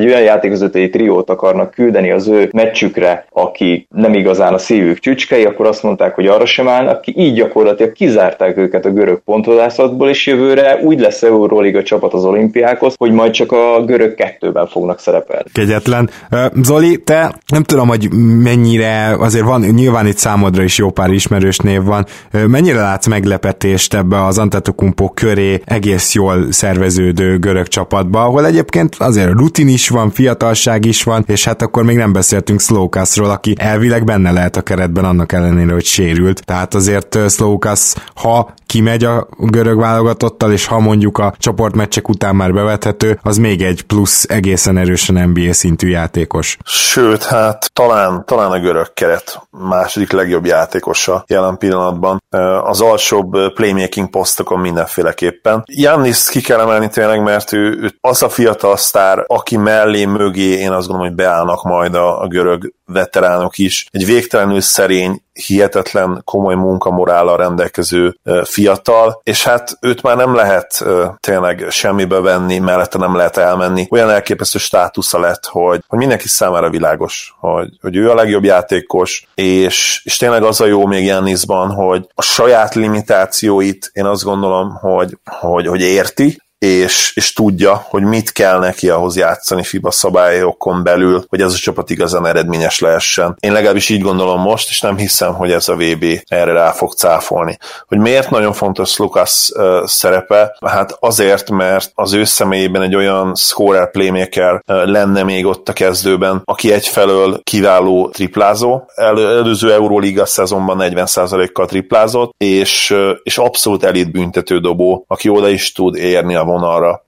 játékvezetői triót akarnak küldeni az ő meccsükre, aki nem igazán a szívük csücskei, akkor azt mondták, hogy arra sem állnak ki, így gyakorlatilag kizárták őket a görög pontvadászatból, és jövőre úgy lesz Euróliga csapat az olimpiákhoz, hogy majd csak a görög 2-ben fognak szerepelni. Kegyetlen. Zoli, te nem tudom, hogy mennyire, azért van, nyilván itt számodra is jó pár ismerős név van, mennyire látsz meglepetést ebbe az Antetokounmpo köré egész jól szerveződő görög csapatba, ahol egyébként azért rutin is van, fiatalság is van, és hát akkor még nem beszéltünk Sloukassról, aki elvileg benne lehet a keretben annak ellenére, hogy sérült. Tehát azért Sloukass, ha kimegy a görög válogatottal, és ha mondjuk a csoportmeccsek után már bevethető, az még egy plusz egészen erősen NBA szintű játékos. Sőt, hát talán a görög keret második legjobb játékosa jelen pillanatban. Az alsóbb playmaking posztokon mindenféleképpen. Giannis ki kell emelni tényleg, mert ő az a fiatal sztár, aki mellé, mögé én azt gondolom, hogy beállnak majd a görög veteránok is. Egy végtelenül szerény, hihetetlen komoly munkamorállal rendelkező fiatal, és hát őt már nem lehet tényleg semmibe venni, mellette nem lehet elmenni. Olyan elképesztő státusza lett, hogy mindenki számára világos, hogy ő a legjobb játékos, és tényleg az a jó még Giannisban, hogy a saját limitációit én azt gondolom, hogy érti, és tudja, hogy mit kell neki ahhoz játszani FIBA szabályokon belül, hogy ez a csapat igazán eredményes lehessen. Én legalábbis így gondolom most, és nem hiszem, hogy ez a VB erre rá fog cáfolni. Hogy miért nagyon fontos Sloukass szerepe? Hát azért, mert az ő személyében egy olyan scorer playmaker lenne még ott a kezdőben, aki egyfelől kiváló triplázó, előző Euróliga szezonban 40%-kal triplázott, és abszolút elit büntetődobó, aki oda is tud érni a vonalra.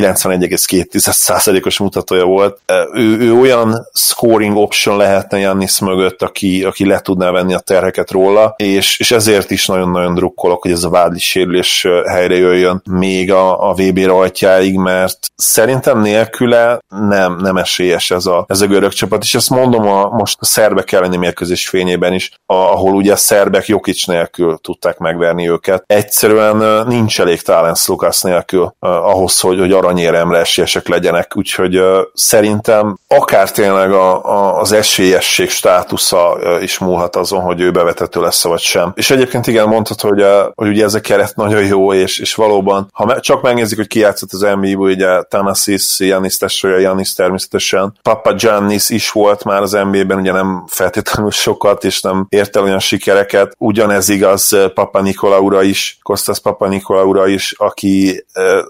91,2%-os mutatója volt. Ő olyan scoring option lehetne Giannis mögött, aki le tudná venni a terheket róla, és ezért is nagyon-nagyon drukkolok, hogy ez a vádli sérülés helyre jöjjön még a VB rajtjáig, mert szerintem nélküle nem esélyes ez a görög csapat, és ezt mondom most a szerbek elleni mérkőzés fényében is, ahol ugye a szerbek Jokic nélkül tudták megverni őket. Egyszerűen nincs elég talent Sloukass nélkül ahhoz, hogy aranyéremre esélyesek legyenek, úgyhogy szerintem akár tényleg az esélyesség státusza is múlhat azon, hogy ő bevetető lesz vagy sem. És egyébként igen, mondtad, hogy ugye ez a keret nagyon jó, és valóban, ha csak megnézzük, hogy ki játszott az NBA-ből, ugye Thanasis, Giannis testvére, Giannis természetesen, Papagiannis is volt már az NBA-ben, ugye nem feltétlenül sokat, és nem ért el olyan sikereket. Ugyanez igaz Papanikolaura is, Kostas Papanikolaura is, aki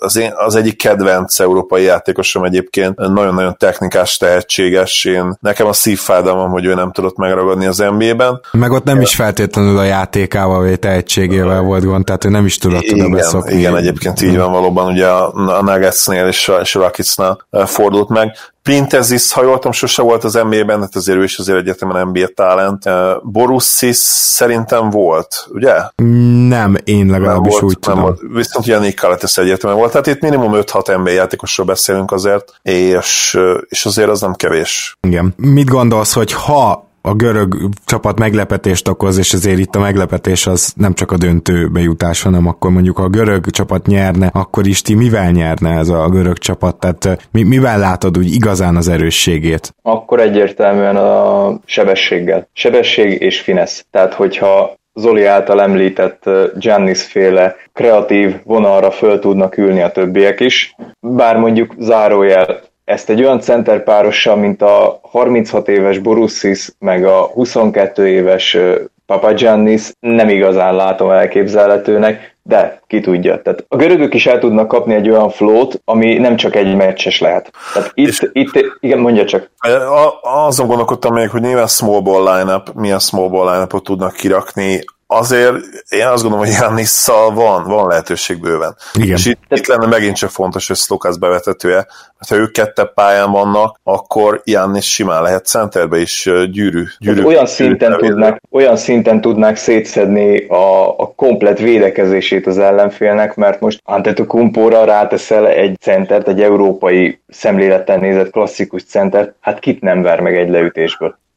az egyik kedvenc európai játékosom egyébként, nagyon-nagyon technikás, tehetséges. Nekem a szívfájdalmam, hogy ő nem tudott megragadni az NBA-ben. Meg ott nem is feltétlenül a játékával, vagy tehetségével volt gond, tehát ő nem is tudott oda beszokni. Igen, egyébként így van valóban, ugye a Nuggetsnél és a Rocketsnál fordult meg. Printezis, ha jól tudom, sose volt az NBA-ben, hát azért ő is azért egyetemen NBA talent. Borussis szerintem volt, ugye? Nem, én legalábbis volt, úgy tudom. Volt. Viszont ugye Nick Kalates egyetemen volt, tehát itt minimum 5-6 NBA játékosról beszélünk azért, és azért az nem kevés. Igen. Mit gondolsz, hogy ha a görög csapat meglepetést okoz, és azért itt a meglepetés az nem csak a döntőbe jutás, hanem akkor mondjuk a görög csapat nyerne, akkor is ti mivel nyerne ez a görög csapat? Tehát mivel látod úgy igazán az erősségét? Akkor egyértelműen a sebességgel. Sebesség és finesz. Tehát hogyha Zoli által említett Giannis-féle kreatív vonalra föl tudnak ülni a többiek is, bár mondjuk zárójel ezt egy olyan centerpárossal, mint a 36 éves Borussis, meg a 22 éves Papagiannis nem igazán látom elképzelhetőnek, de ki tudja. Tehát a görögök is el tudnak kapni egy olyan flót, ami nem csak egy meccses lehet. Tehát itt igen, mondja csak. Azon gondolkodtam még, hogy nyilván small ball lineup, milyen small ball line-upot tudnak kirakni. Azért én azt gondolom, hogy Giannisszal van lehetőség bőven. Igen. És itt lenne megint csak fontos, hogy Sloukass bevetetője, mert ha ők kettő pályán vannak, akkor Giannis simán lehet centerbe is gyűrű. Olyan szinten tudnák szétszedni a komplet védekezését az ellenfélnek, mert most Antetokounmpóra ráteszel egy centert, egy európai szemlélettel nézett klasszikus centert, hát kit nem ver meg egy leütésből.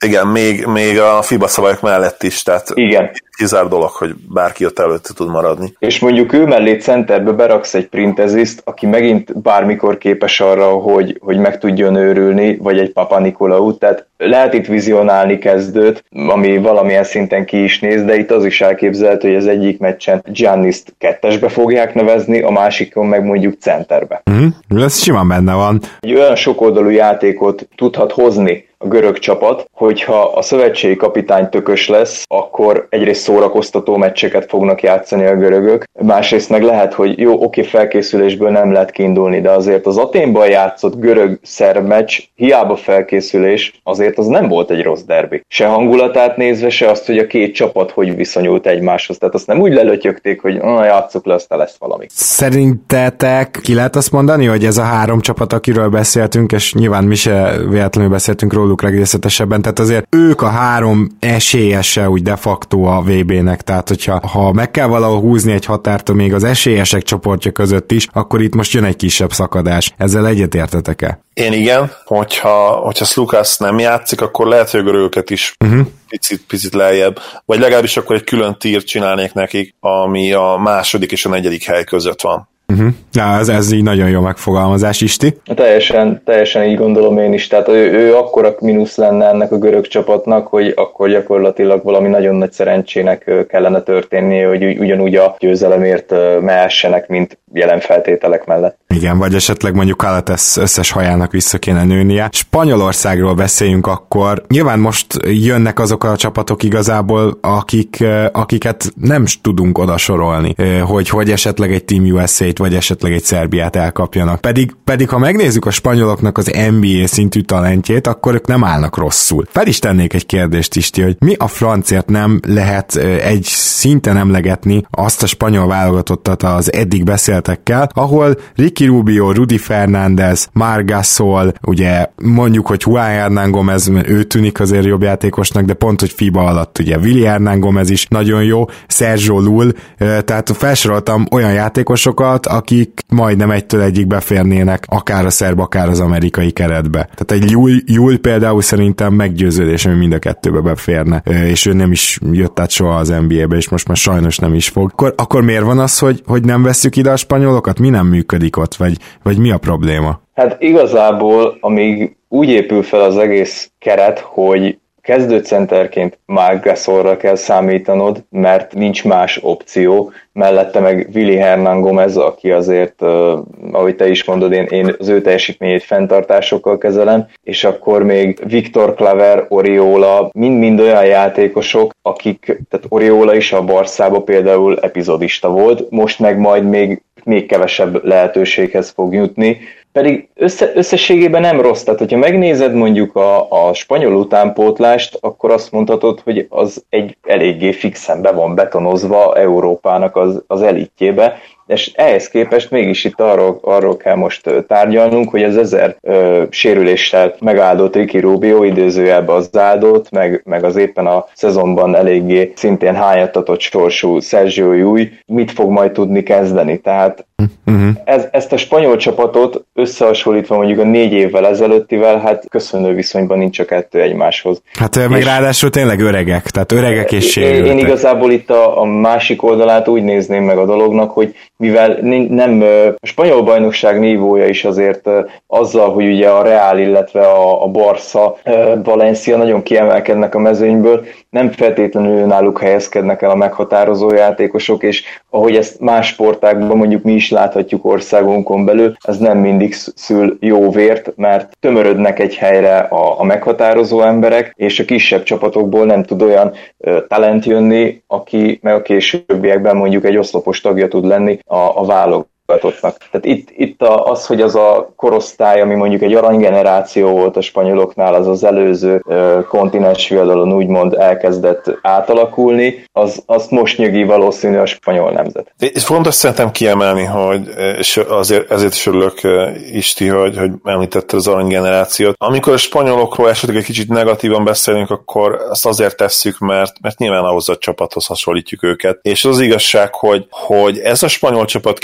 Igen, még a FIBA szabályok mellett is, tehát igen. Kizár dolog, hogy bárki ott előtte tud maradni. És mondjuk ő mellé centerbe beraksz egy Printeziszt, aki megint bármikor képes arra, hogy meg tudjon őrülni, vagy egy Papa Nikolaut, tehát lehet itt vizionálni kezdőt, ami valamilyen szinten ki is néz, de itt az is elképzelhető, hogy az egyik meccsen Gianniszt 2-esbe fogják nevezni, a másikon meg mondjuk centerbe. Ez simán benne van. Egy olyan sokoldalú játékot tudhat hozni a görög csapat, hogyha a szövetségi kapitány tökös lesz, akkor egyrészt szórakoztató meccseket fognak játszani a görögök, másrészt meg lehet, hogy jó, oké, felkészülésből nem lehet kiindulni, de azért az Athénban játszott görög-szerb meccs, hiába felkészülés, azért az nem volt egy rossz derbi. Se hangulatát nézve, se azt, hogy a két csapat hogy viszonyult egymáshoz. Tehát azt nem úgy lelötyögték, hogy játsszuk le, aztán lesz valami. Szerintetek ki lehet azt mondani, hogy ez a 3 csapat, akiről beszéltünk, és nyilván mi se véletlenül beszéltünk róluk legrészletesebben, tehát azért ők a 3 esélyese úgy de facto a VB-nek, tehát hogyha meg kell valahol húzni egy határt még az esélyesek csoportja között is, akkor itt most jön egy kisebb szakadás. Ezzel egyetértetek-e? Én igen, hogyha Szlukász nem játszik, akkor lehet, hogy a görögöket is picit lejjebb, vagy legalábbis akkor egy külön tírt csinálnék nekik, ami a második és a negyedik hely között van. Ja, ez így nagyon jó megfogalmazás, Isti. Teljesen így gondolom én is, tehát ő akkora mínusz lenne ennek a görög csapatnak, hogy akkor gyakorlatilag valami nagyon nagy szerencsének kellene történnie, hogy ugyanúgy a győzelemért mehessenek, mint jelen feltételek mellett. Igen, vagy esetleg mondjuk Kalates összes hajának vissza kéne nőnie. Spanyolországról beszéljünk akkor. Nyilván most jönnek azok a csapatok igazából, akiket nem tudunk oda sorolni, hogy esetleg egy Team USA-t, vagy esetleg egy Szerbiát elkapjanak. Pedig ha megnézzük a spanyoloknak az NBA szintű talentjét, akkor ők nem állnak rosszul. Fel is tennék egy kérdést, Isti, hogy mi a francért nem lehet egy szinten emlegetni azt a spanyol válogatottat az eddig beszéltekkel, ahol Ricky Rubio, Rudy Fernández, Marc Gasol, ugye mondjuk, hogy Juan Hernán Gómez, ő tűnik azért jobb játékosnak, de pont, hogy FIBA alatt ugye Willy Hernán Gómez is nagyon jó, Sergio Llull, tehát felsoroltam olyan játékosokat, akik majdnem 1-1 beférnének akár a szerb, akár az amerikai keretbe. Tehát egy Llull például szerintem meggyőződés, hogy mind a kettőbe beférne, és ő nem is jött át soha az NBA-be, és most már sajnos nem is fog. Akkor miért van az, hogy nem vesszük ide a spanyolokat? Mi nem működik ott, vagy mi a probléma? Hát igazából, amíg úgy épül fel az egész keret, hogy kezdőcenterként Marc Gasolra kell számítanod, mert nincs más opció, mellette meg Willy Hernán Gómez, aki azért, ahogy te is mondod, én az ő teljesítményét fenntartásokkal kezelem, és akkor még Victor Claver, Oriola, mind-mind olyan játékosok, tehát Oriola is a Barszába például epizodista volt, most meg majd még kevesebb lehetőséghez fog jutni, pedig összességében nem rossz, tehát hogyha megnézed mondjuk a spanyol utánpótlást, akkor azt mondhatod, hogy az egy eléggé fixen be van betonozva Európának az elitjébe, és ehhez képest mégis itt arról kell most tárgyalnunk, hogy az 1000 sérüléssel megáldott Ricky Rubio, idézőjelben az áldott, meg az éppen a szezonban eléggé szintén hányattatott sorsú Sergio Llull mit fog majd tudni kezdeni. Tehát ezt a spanyol csapatot összehasonlítva mondjuk a 4 évvel ezelőttivel, hát köszönő viszonyban nincs a kettő egymáshoz. Hát meg ráadásul tényleg öregek, tehát öregek és sérültek. Én igazából itt a másik oldalát úgy nézném meg a dolognak, hogy mivel nem a spanyol bajnokság nívója is azért azzal, hogy ugye a Real, illetve a Barca, Valencia nagyon kiemelkednek a mezőnyből, nem feltétlenül náluk helyezkednek el a meghatározó játékosok, és ahogy ezt más sportákban mondjuk mi is láthatjuk országunkon belül, ez nem mindig szül jó vért, mert tömörödnek egy helyre a meghatározó emberek, és a kisebb csapatokból nem tud olyan talent jönni, aki meg a későbbiekben mondjuk egy oszlopos tagja tud lenni a válogatottnak. Tehát itt az, hogy az a korosztály, ami mondjuk egy aranygeneráció volt a spanyoloknál, az előző kontinens viadalon úgymond elkezdett átalakulni, azt most nyögi valószínű a spanyol nemzet. És fontos szerintem kiemelni, hogy és ezért is örülök, Isti, hogy említetted az aranygenerációt. Amikor a spanyolokról esetleg egy kicsit negatívan beszélünk, akkor azt azért tesszük, mert nyilván ahhoz a csapathoz hasonlítjuk őket. És az igazság, hogy ez a spanyol csapat kicsit ilyen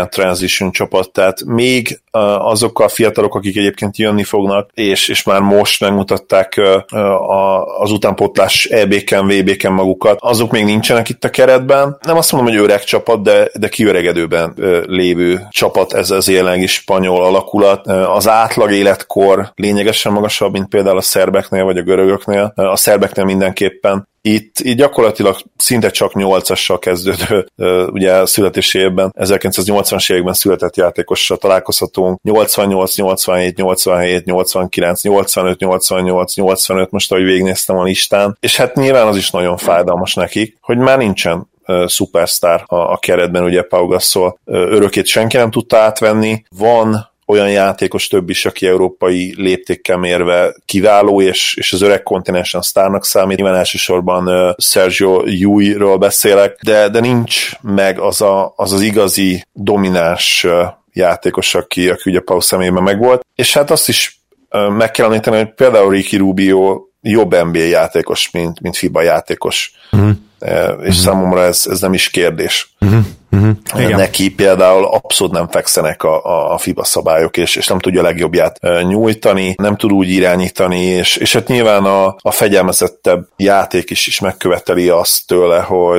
ilyen transition csapat, tehát még azok a fiatalok, akik egyébként jönni fognak, és már most megmutatták az utánpótlás EB-ken, VB-ken magukat, azok még nincsenek itt a keretben. Nem azt mondom, hogy öreg csapat, de kiöregedőben lévő csapat ez az jelenlegi spanyol alakulat. Az átlag életkor lényegesen magasabb, mint például a szerbeknél, vagy a görögöknél. A szerbeknél mindenképpen. Itt gyakorlatilag szinte csak 8-assal kezdődő, ugye a születési évben, 1980-as években született játékossal találkozhatunk, 88, 87, 87, 89, 85, 88, 85, most ahogy végignéztem a listán, és hát nyilván az is nagyon fájdalmas nekik, hogy már nincsen szupersztár a keretben, ugye Pau Gasol örökét senki nem tudta átvenni, van olyan játékos több is, aki európai léptékkel mérve kiváló, és az öreg kontinensen sztárnak számít. Nyilván elsősorban Sergio Llull-ról beszélek, de nincs meg az igazi domináns játékos, aki ugye Pau személyben megvolt. És hát azt is meg kell említeni, hogy például Ricky Rubio jobb NBA játékos, mint FIBA játékos. És számomra ez nem is kérdés. Neki például abszolút nem fekszenek a FIBA szabályok, és nem tudja a legjobbját nyújtani, nem tud úgy irányítani, és hát nyilván a fegyelmezettebb játék is megköveteli azt tőle,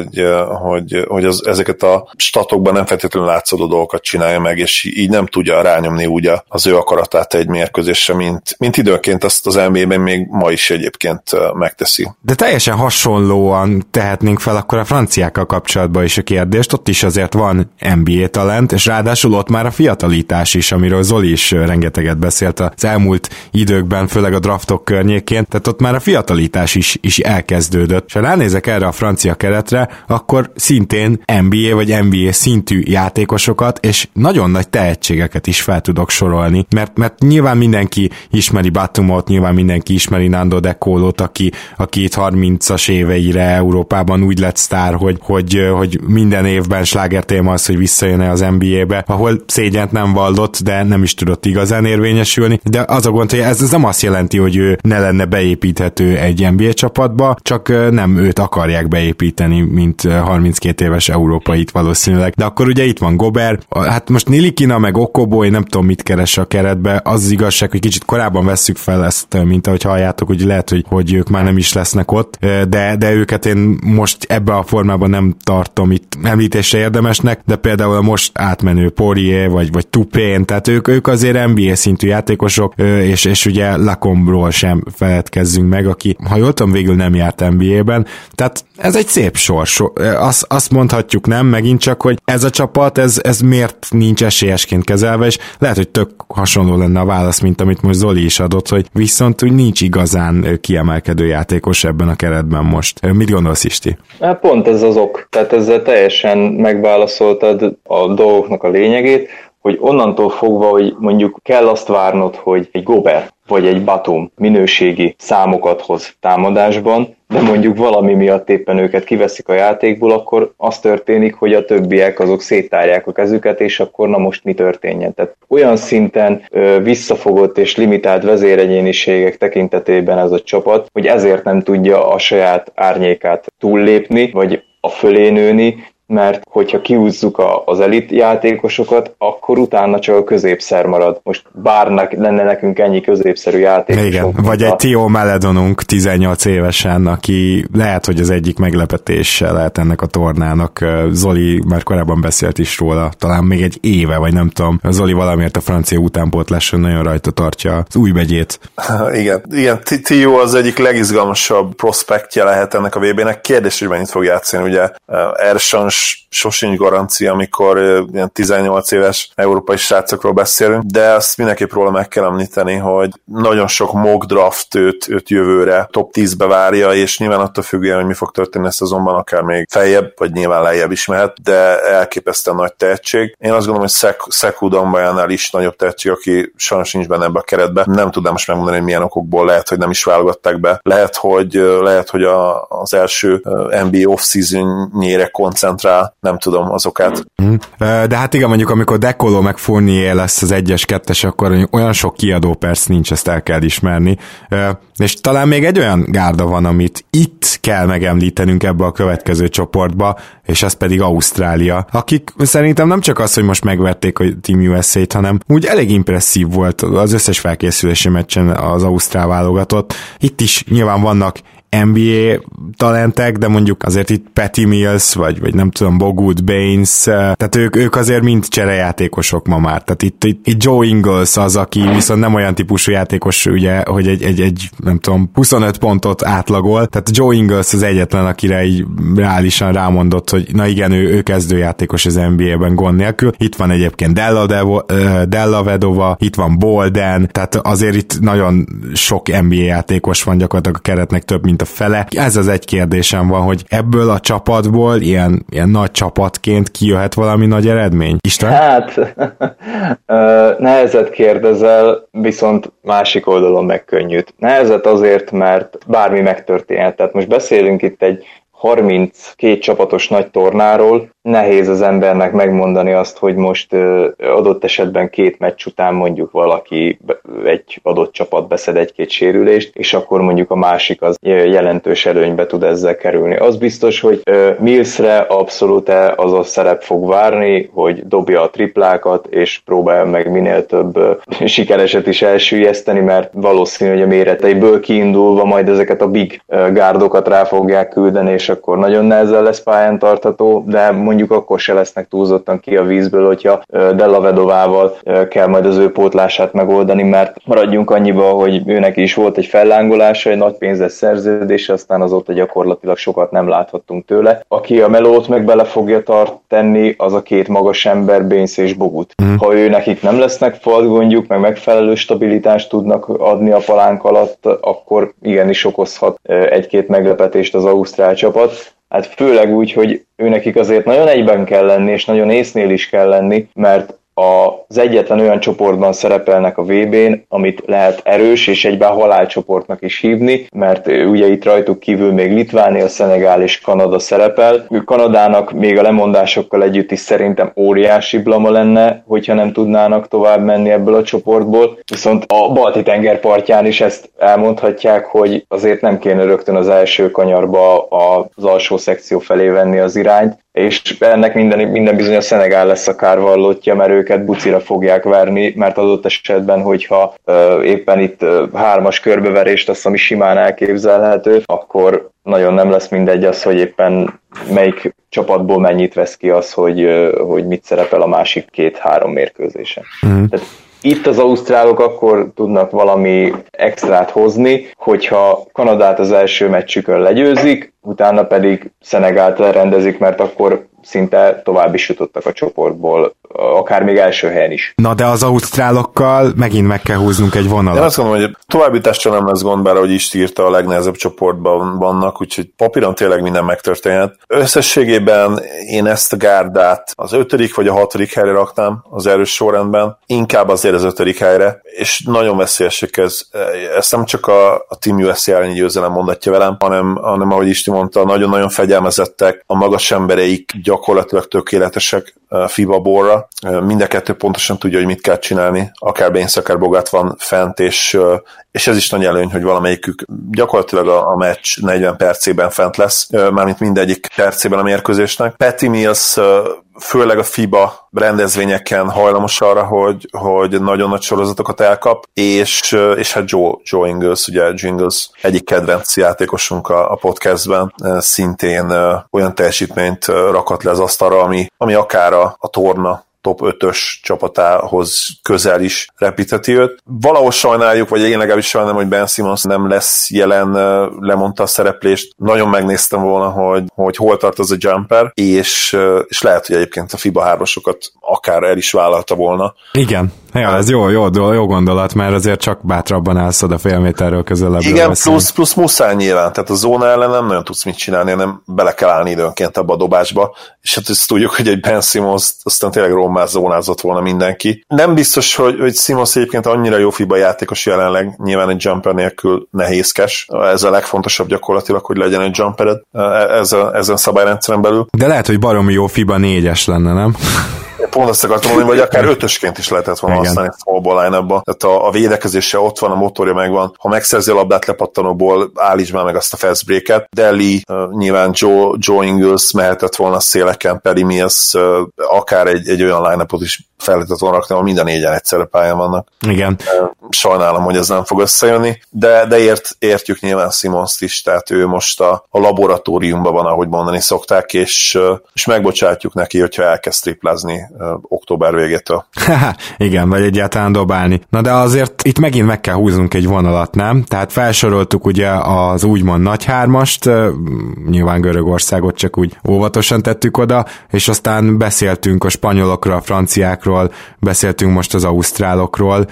hogy ezeket a statokban nem feltétlenül látszódó dolgokat csinálja meg, és így nem tudja rányomni úgy az ő akaratát egy mérkőzésre, mint időnként azt az NBA-ben még ma is egyébként megteszi. De teljesen hasonlóan tehetnénk fel akkor a franciákkal kapcsolatban is a kérdést, ott is azért van NBA talent, és ráadásul ott már a fiatalítás is, amiről Zoli is rengeteget beszélt az elmúlt időkben, főleg a draftok környékén, tehát ott már a fiatalítás is elkezdődött. És ha ránézek erre a francia keretre, akkor szintén NBA vagy NBA szintű játékosokat, és nagyon nagy tehetségeket is fel tudok sorolni, mert nyilván mindenki ismeri Batumot, nyilván mindenki ismeri Nando De Colót, aki itt 30-as éveire Európában úgy lett sztár, hogy minden évben slágertéma az, hogy visszajön-e az NBA-be, ahol szégyent nem vallott, de nem is tudott igazán érvényesülni, de az a gond, hogy ez nem azt jelenti, hogy ő ne lenne beépíthető egy NBA csapatba, csak nem őt akarják beépíteni, mint 32 éves európait valószínűleg. De akkor ugye itt van Gobert, hát most Nilikina meg Okoboy, nem tudom mit keres a keretbe, az igazság, hogy kicsit korábban vesszük fel ezt, mint ahogy halljátok, hogy lehet, hogy ők már nem is lesznek ott, de őket én most ebbe a formában nem tartom itt említésre érdemesnek, de például a most átmenő Poirier vagy Tupén, tehát ők azért NBA szintű játékosok, és ugye Lacombe-ról sem feledkezzünk meg, aki, ha jól tudom, végül nem járt NBA-ben, tehát ez egy szép sors. Azt mondhatjuk nem, megint csak, hogy ez a csapat, ez miért nincs esélyesként kezelve, és lehet, hogy tök hasonló lenne a válasz, mint amit most Zoli is adott, hogy viszont úgy nincs igazán kiemelkedő játékos ebben a keretben most. Mit gondolsz, Isti? Hát pont ez az ok. Tehát ezzel teljesen megválaszoltad a dolgoknak a lényegét, hogy onnantól fogva, hogy mondjuk kell azt várnod, hogy egy Gobert vagy egy Batum minőségi számokat hoz támadásban, de mondjuk valami miatt éppen őket kiveszik a játékból, akkor az történik, hogy a többiek azok széttárják a kezüket, és akkor na most mi történjen. Tehát olyan szinten visszafogott és limitált vezéregyéniségek tekintetében ez a csapat, hogy ezért nem tudja a saját árnyékát túllépni, vagy a fölé nőni, mert hogyha kiúzzuk az elit játékosokat, akkor utána csak a középszer marad. Most bár lenne nekünk ennyi középszerű játékosunk. Igen, vagy egy Tio Maledonunk 18 évesen, aki lehet, hogy az egyik meglepetése lehet ennek a tornának. Zoli már korábban beszélt is róla, talán még egy éve, vagy nem tudom. Zoli valamiért a francia utánpótláson nagyon rajta tartja az új begyét. Igen, Tio az egyik legizgalmasabb prospektje lehet ennek a VB-nek. Kérdés, hogy mennyit fog játszani, ugye Ersan sosincs garancia, amikor ilyen 18 éves európai srácokról beszélünk, de azt mindenképp róla meg kell említeni, hogy nagyon sok mock draft őt jövőre top 10-be várja, és nyilván attól függően, hogy mi fog történni ezt szezonban, akár még feljebb, vagy nyilván lejjebb is mehet, de elképesztően nagy tehetség. Én azt gondolom, hogy Sekou Doumbouya-nál is nagyobb tehetség, aki sajnos nincs benne ebbe a keretbe. Nem tudnám most megmondani, hogy milyen okokból, lehet, hogy nem is válogatták be. Lehet, hogy az első NBA off-season-nyére koncentrál rá, nem tudom az okát. De hát igen, mondjuk amikor Decolo meg Fournier lesz az 1-es, 2-es, akkor olyan sok kiadó perc nincs, ezt el kell ismerni. És talán még egy olyan gárda van, amit itt kell megemlítenünk ebbe a következő csoportba, és ez pedig Ausztrália, akik szerintem nem csak az, hogy most megverték a Team USA-t, hanem úgy elég impresszív volt az összes felkészülési meccsen az ausztrál válogatott. Itt is nyilván vannak NBA talentek, de mondjuk azért itt Patty Mills, vagy nem tudom, Bogut, Baines, tehát ők azért mind cserejátékosok ma már. Tehát itt Joe Ingles az, aki viszont nem olyan típusú játékos, ugye, hogy egy nem tudom, 25 pontot átlagol. Tehát Joe Ingles az egyetlen, akire így reálisan rámondott, hogy na igen, ő kezdőjátékos az NBA-ben gond nélkül. Itt van egyébként Della Vedova, itt van Bolden, tehát azért itt nagyon sok NBA játékos van, gyakorlatilag a keretnek több, mint a fele. Ez az egy kérdésem van, hogy ebből a csapatból ilyen nagy csapatként kijöhet valami nagy eredmény? István? Hát, nehezet kérdezel, viszont másik oldalon meg könnyűt. Nehezet azért, mert bármi megtörténhet. Tehát most beszélünk itt egy 32 csapatos nagy tornáról, nehéz az embernek megmondani azt, hogy most adott esetben 2 meccs után mondjuk valaki egy adott csapat beszed 1-2 sérülést, és akkor mondjuk a másik az jelentős előnybe tud ezzel kerülni. Az biztos, hogy Millsre abszolút az a szerep fog várni, hogy dobja a triplákat, és próbálja meg minél több sikereset is elsüllyeszteni, mert valószínű, hogy a méreteiből kiindulva majd ezeket a big gárdokat rá fogják küldeni, és akkor nagyon nehezen lesz pályán tartható, de mondjuk akkor se lesznek túlzottan ki a vízből, hogyha Della Vedovával kell majd az ő pótlását megoldani, mert maradjunk annyiba, hogy őnek is volt egy fellángolása, egy nagy pénzes szerződése, aztán azóta gyakorlatilag sokat nem láthattunk tőle. Aki a melót meg bele fogja tenni, az a 2 magas ember, Baines és Bogut. Ha ő nekik nem lesznek falgondjuk, meg megfelelő stabilitást tudnak adni a palánk alatt, akkor igenis okozhat 1-2 meglepetést az ausztrál csapat. Hát főleg úgy, hogy őnekik azért nagyon egyben kell lenni, és nagyon észnél is kell lenni, mert az egyetlen olyan csoportban szerepelnek a VB-n, amit lehet erős és egyben halálcsoportnak is hívni, mert ugye itt rajtuk kívül még Litvánia, Szenegál és Kanada szerepel. Kanadának még a lemondásokkal együtt is szerintem óriási blama lenne, hogyha nem tudnának tovább menni ebből a csoportból. Viszont a Balti-tenger partján is ezt elmondhatják, hogy azért nem kéne rögtön az első kanyarba az alsó szekció felé venni az irányt, és ennek minden bizony a Szenegál lesz a kárvallottja, mert őket bucira fogják verni, mert adott esetben, hogyha éppen itt 3-as körbeverést, azt ami simán elképzelhető, akkor nagyon nem lesz mindegy az, hogy éppen melyik csapatból mennyit vesz ki az, hogy mit szerepel a másik 2-3 mérkőzésen. Tehát itt az ausztrálok akkor tudnak valami extrát hozni, hogyha Kanadát az első meccsükön legyőzik, utána pedig Szenegált lerendezik, mert akkor szinte tovább is jutottak a csoportból, akár még első helyen is. Na de az ausztrálokkal megint meg kell húznunk egy vonalat. Én azt gondolom, hogy továbbításra nem lesz gond, bár ahogy is írta, a legnehezebb csoportban vannak, úgyhogy papíron tényleg minden megtörténhet. Összességében én ezt a gárdát az 5. vagy a 6. helyre raknám az erős sorrendben, inkább azért az 5. helyre, és nagyon veszélyesek ez. Ezt nem csak a Team USA elleni győzelem mondatja velem, hanem ahogy Isti mondta, nagyon-nagyon fegyelmezettek, a magas embereik gyakorlatilag tökéletesek FIBA-borra. Mind a kettő pontosan tudja, hogy mit kell csinálni. Akár Baines, akár Bogut van fent, és ez is nagy előny, hogy valamelyikük gyakorlatilag a meccs 40 percében fent lesz, mármint mindegyik percében a mérkőzésnek. Patty Mills főleg a FIBA rendezvényeken hajlamos arra, hogy nagyon nagy sorozatokat elkap, és hát Joe Ingles, ugye Ingles egyik kedvenc játékosunk a podcastben, szintén olyan teljesítményt rakat le az asztalra, ami akár a torna top 5-ös csapatához közel is repítheti őt. Valahol sajnáljuk, vagy én legalábbis sajnálom, hogy Ben Simmons nem lesz jelen, lemondta a szereplést. Nagyon megnéztem volna, hogy hol tart az a jumper, és lehet, hogy egyébként a FIBA 3-asokat akár el is vállalta volna. Igen, Ja, ez jó gondolat, mert azért csak bátrabban állsz oda fél méterről közelebb. Igen, plusz muszáj nyilván, tehát a zóna ellen nem nagyon tudsz mit csinálni, hanem bele kell állni időnként abba a dobásba, és hát ezt tudjuk, hogy egy Ben Simmons aztán tényleg rommá zónázott volna mindenki. Nem biztos, hogy Simmons egyébként annyira jó FIBA játékos jelenleg, nyilván egy jumper nélkül nehézkes. Ez a legfontosabb gyakorlatilag, hogy legyen egy jumpered ezen szabályrendszeren belül. De lehet, hogy baromi jó FIBA 4-es lenne, nem? Pont azt akartam mondani, hogy akár ötösként is lehetett volna használni a small ball line-ba. Tehát a védekezése ott van, a motorja megvan. Ha megszerzi a labdát lepattanóból, állíts már meg azt a fast break-et. Deli, nyilván Joe Ingles mehetett volna a széleken, Perry Mills, akár egy olyan line-upot is fel lehetett volna rakni, ahol minden négyen egyszerre pályán vannak. Igen. Sajnálom, hogy ez nem fog összejönni, de értjük nyilván Simmons-t is, tehát ő most a laboratóriumban van, ahogy mondani szokták, és megbocsátjuk neki, hogyha elkezd triplázni október végétől. Igen, vagy egyáltalán dobálni. Na de azért itt megint meg kell húznunk egy vonalat, nem? Tehát felsoroltuk ugye az úgymond nagy hármast, nyilván Görögországot csak úgy óvatosan tettük oda, és aztán beszéltünk a spanyolokról, a franciákról, beszéltünk most az ausztrálokról,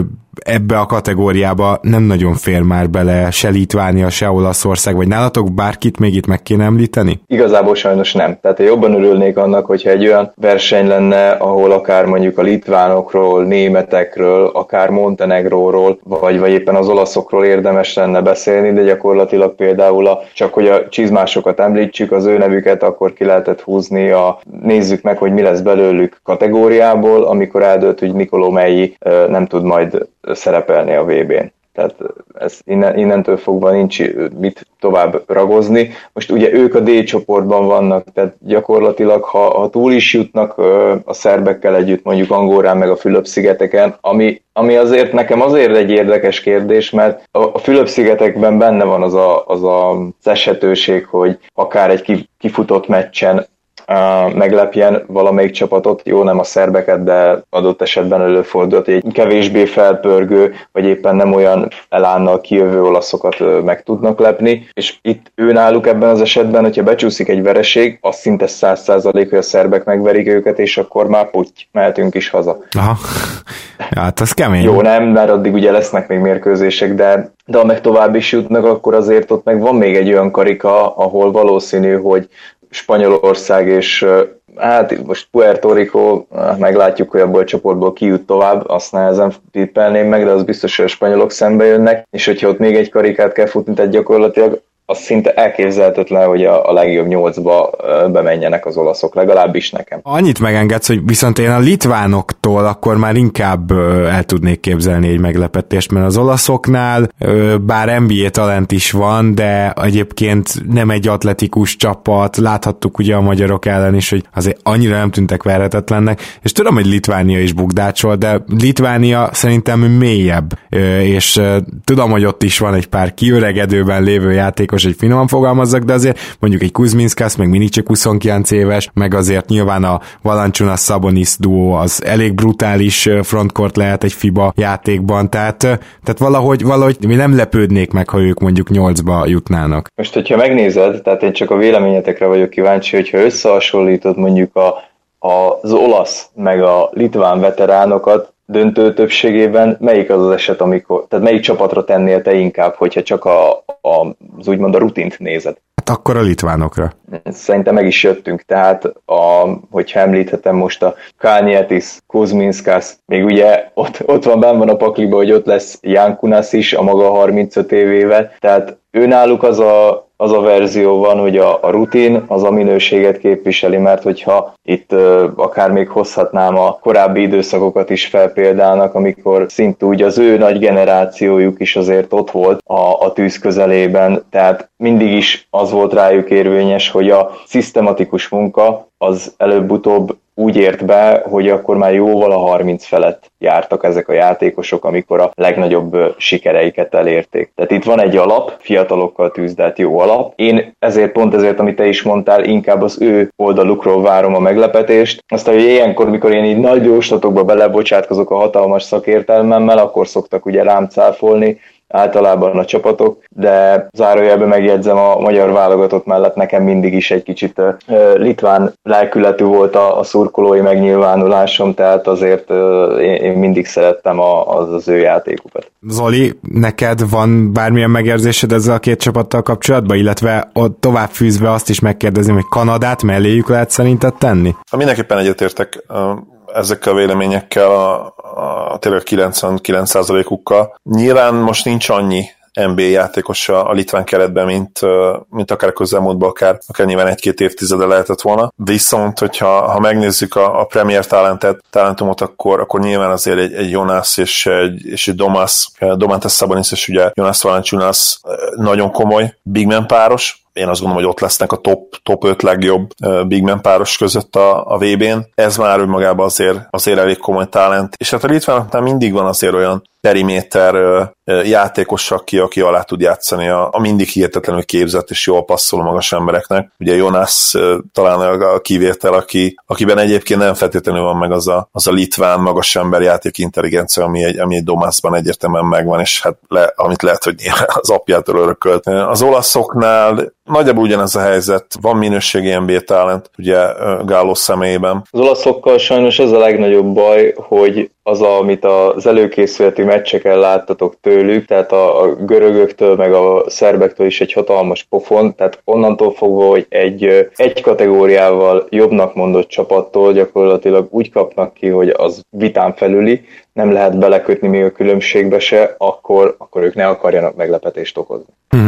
ebbe a kategóriába nem nagyon fér már bele se Litvánia, se Olaszország, vagy nálatok bárkit még itt meg kéne említeni? Igazából sajnos nem. Tehát én jobban örülnék annak, hogyha egy olyan verseny lenne, ahol akár mondjuk a litvánokról, németekről, akár Montenegróról, vagy éppen az olaszokról érdemes lenne beszélni, de gyakorlatilag például csak hogy a csizmásokat említsük, az ő nevüket akkor ki lehetett húzni nézzük meg, hogy mi lesz belőlük kategóriából, amikor eldőlt, hogy Nicolò Melli nem tud majd szerepelni a VB-n. Tehát ez innentől fogva nincs mit tovább ragozni. Most ugye ők a D csoportban vannak, tehát gyakorlatilag, ha túl is jutnak a szerbekkel együtt, mondjuk Angolán meg a Fülöp-szigeteken, ami azért nekem azért egy érdekes kérdés, mert a Fülöp-szigetekben benne van az esetőség, hogy akár egy kifutott meccsen meglepjen valamelyik csapatot, jó, nem a szerbeket, de adott esetben előfordult, hogy egy kevésbé felpörgő, vagy éppen nem olyan elánnal kijövő olaszokat meg tudnak lepni, és itt náluk ebben az esetben, hogyha becsúszik egy vereség, az szinte 100%, hogy a szerbek megverik őket, és akkor már putty, mehetünk is haza. Aha, hát az kemény. Jó, nem, mert addig ugye lesznek még mérkőzések, de ha meg tovább is jutnak, akkor azért ott meg van még egy olyan karika, ahol valószínű, hogy Spanyolország és hát most Puerto Rico, meglátjuk, hogy abból a csoportból ki jut tovább, azt nehezen tippelném meg, de az biztos, hogy a spanyolok szembe jönnek, és hogyha ott még egy karikát kell futni, tehát gyakorlatilag az szinte elképzelhetetlen, hogy a legjobb 8-ba bemenjenek az olaszok, legalábbis nekem. Annyit megengedsz, hogy viszont én a litvánoktól akkor már inkább el tudnék képzelni egy meglepetést, mert az olaszoknál bár NBA talent is van, de egyébként nem egy atletikus csapat, láthattuk ugye a magyarok ellen is, hogy azért annyira nem tűntek verhetetlennek, és tudom, hogy Litvánia is bukdácsol, de Litvánia szerintem mélyebb, és tudom, hogy ott is van egy pár kiöregedőben lévő játékos, hogy finoman fogalmazzak, de azért mondjuk egy Kuzminskas, meg Minicek 29 éves, meg azért nyilván a Valanciunas-Sabonis duó az elég brutális frontcourt lehet egy FIBA játékban, tehát valahogy mi nem lepődnék meg, ha ők mondjuk 8-ba jutnának. Most, hogyha megnézed, tehát én csak a véleményetekre vagyok kíváncsi, hogyha összehasonlítod mondjuk az olasz meg a litván veteránokat, döntő többségében melyik az eset, tehát melyik csapatra tennél te inkább, hogyha csak az úgymond a rutint nézed? Hát akkor a litvánokra. Szerintem meg is jöttünk, tehát hogyha említhetem most a Kalnietis, Kuzminskas, még ugye ott van a pakliba, hogy ott lesz Jankunas is a maga 35 évével, tehát náluk az a verzió van, hogy a rutin az a minőséget képviseli, mert hogyha itt akár még hozhatnám a korábbi időszakokat is felpéldának, amikor szintúgy az ő nagy generációjuk is azért ott volt a tűz közelében, tehát mindig is az volt rájuk érvényes, hogy a szisztematikus munka az előbb-utóbb úgy ért be, hogy akkor már jóval a 30 felett jártak ezek a játékosok, amikor a legnagyobb sikereiket elérték. Tehát itt van egy alap, fiatalokkal tűzdelt jó alap. Én ezért, amit te is mondtál, inkább az ő oldalukról várom a meglepetést. Aztán, hogy ilyenkor, mikor én így nagy jóslatokba belebocsátkozok a hatalmas szakértelmemmel, akkor szoktak ugye rám cáfolni, általában a csapatok, de zárójelben megjegyzem, a magyar válogatott mellett nekem mindig is egy kicsit litván lelkületű volt a szurkolói megnyilvánulásom, tehát azért én mindig szerettem az ő játékukat. Zoli, neked van bármilyen megérzésed ezzel a két csapattal kapcsolatban, illetve ott tovább fűzve azt is megkérdezni, hogy Kanadát melléjük lehet szerinted tenni? Mindenképpen egyetértek ezekkel a véleményekkel, tényleg 99%-ukkal. Nyilván most nincs annyi NBA játékos a litván keretben, mint akár közelmúltban, akár nyilván egy-két évtizede lehetett volna. Viszont, hogyha megnézzük a Premier talentumot, akkor nyilván azért egy Jonas és egy Domantas Sabonis, és ugye Jonas Valanciunas nagyon komoly bigman páros. Én azt gondolom, hogy ott lesznek a top 5 legjobb bigman páros között a VB-n. Ez már önmagában azért elég komoly talent. És hát a litvánoknál mindig van azért olyan periméter játékos, aki alá tud játszani a mindig hihetetlenül képzett és jól passzoló magas embereknek. Ugye Jonas talán a kivétel, akiben egyébként nem feltétlenül van meg az a litván magas ember játék intelligencia, ami egy Domászban egyértelműen megvan, és hát amit lehet, hogy az apjától örökölt. Az olaszoknál nagyjából ugyanez a helyzet, van minőségi NBA talent, ugye Gálló személyében. Az olaszokkal sajnos ez a legnagyobb baj, hogy az, amit az előkészületi meccseken láttatok tőlük, tehát a görögöktől, meg a szerbektől is egy hatalmas pofon, tehát onnantól fogva, hogy egy kategóriával jobbnak mondott csapattól gyakorlatilag úgy kapnak ki, hogy az vitán felüli, nem lehet belekötni még a különbségbe se, akkor ők ne akarjanak meglepetést okozni.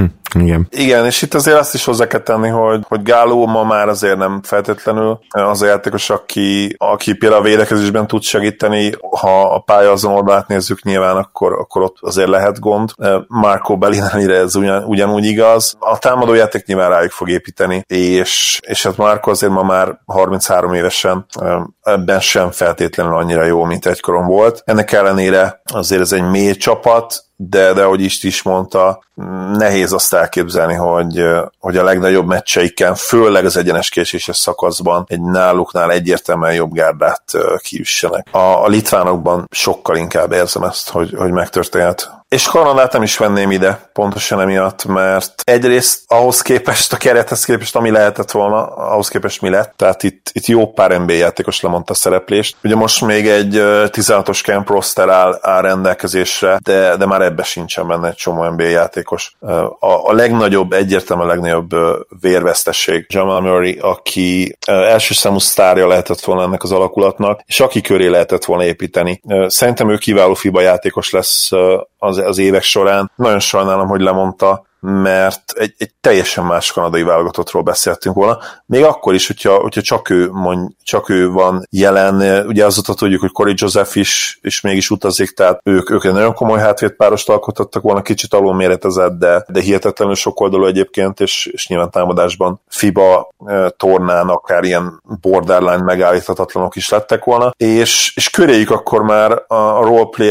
Igen, és itt azért azt is hozzá kell tenni, hogy Gáló ma már azért nem feltétlenül az a játékos, aki például a védekezésben tud segíteni, ha a pálya azon oldalát nézzük nyilván, akkor ott azért lehet gond. Marco Bellinelire ez ugyanúgy igaz. A támadójáték nyilván rájuk fog építeni, és hát Marco azért ma már 33 évesen ebben sem feltétlenül annyira jó, mint egykoron volt. Ennek ellenére azért ez egy mély csapat, de ahogy is mondta, nehéz azt elképzelni, hogy a legnagyobb meccseiken, főleg az egyenes késéses szakaszban egy náluknál egyértelműen jobb gárdát kiüssenek. A litvánokban sokkal inkább érzem ezt, hogy megtörténhet. És Kanadát nem is venném ide, pontosan emiatt, mert egyrészt ahhoz képest, a kerethez képest, ami lehetett volna, ahhoz képest mi lett, tehát itt jó pár NBA játékos lemondta a szereplést. Ugye most még egy 16-os camp roster áll rendelkezésre, de már ebbe sincsen benne egy csomó NBA játékos. A legnagyobb, egyértelműen a legnagyobb vérvesztesség Jamal Murray, aki első számú sztárja lehetett volna ennek az alakulatnak, és aki köré lehetett volna építeni. Szerintem ő kiváló FIBA játékos lesz az évek során. Nagyon sajnálom, hogy lemondta, mert egy teljesen más kanadai válogatottról beszéltünk volna. Még akkor is, hogyha csak ő van jelen, ugye azóta tudjuk, hogy Corey Joseph is mégis utazik, tehát ők egy nagyon komoly hátvédpárost alkottattak volna, kicsit alulméretezett, de hihetetlenül sokoldalú egyébként, és nyilván támadásban FIBA tornán akár ilyen borderline megállíthatatlanok is lettek volna, és köréjük akkor már a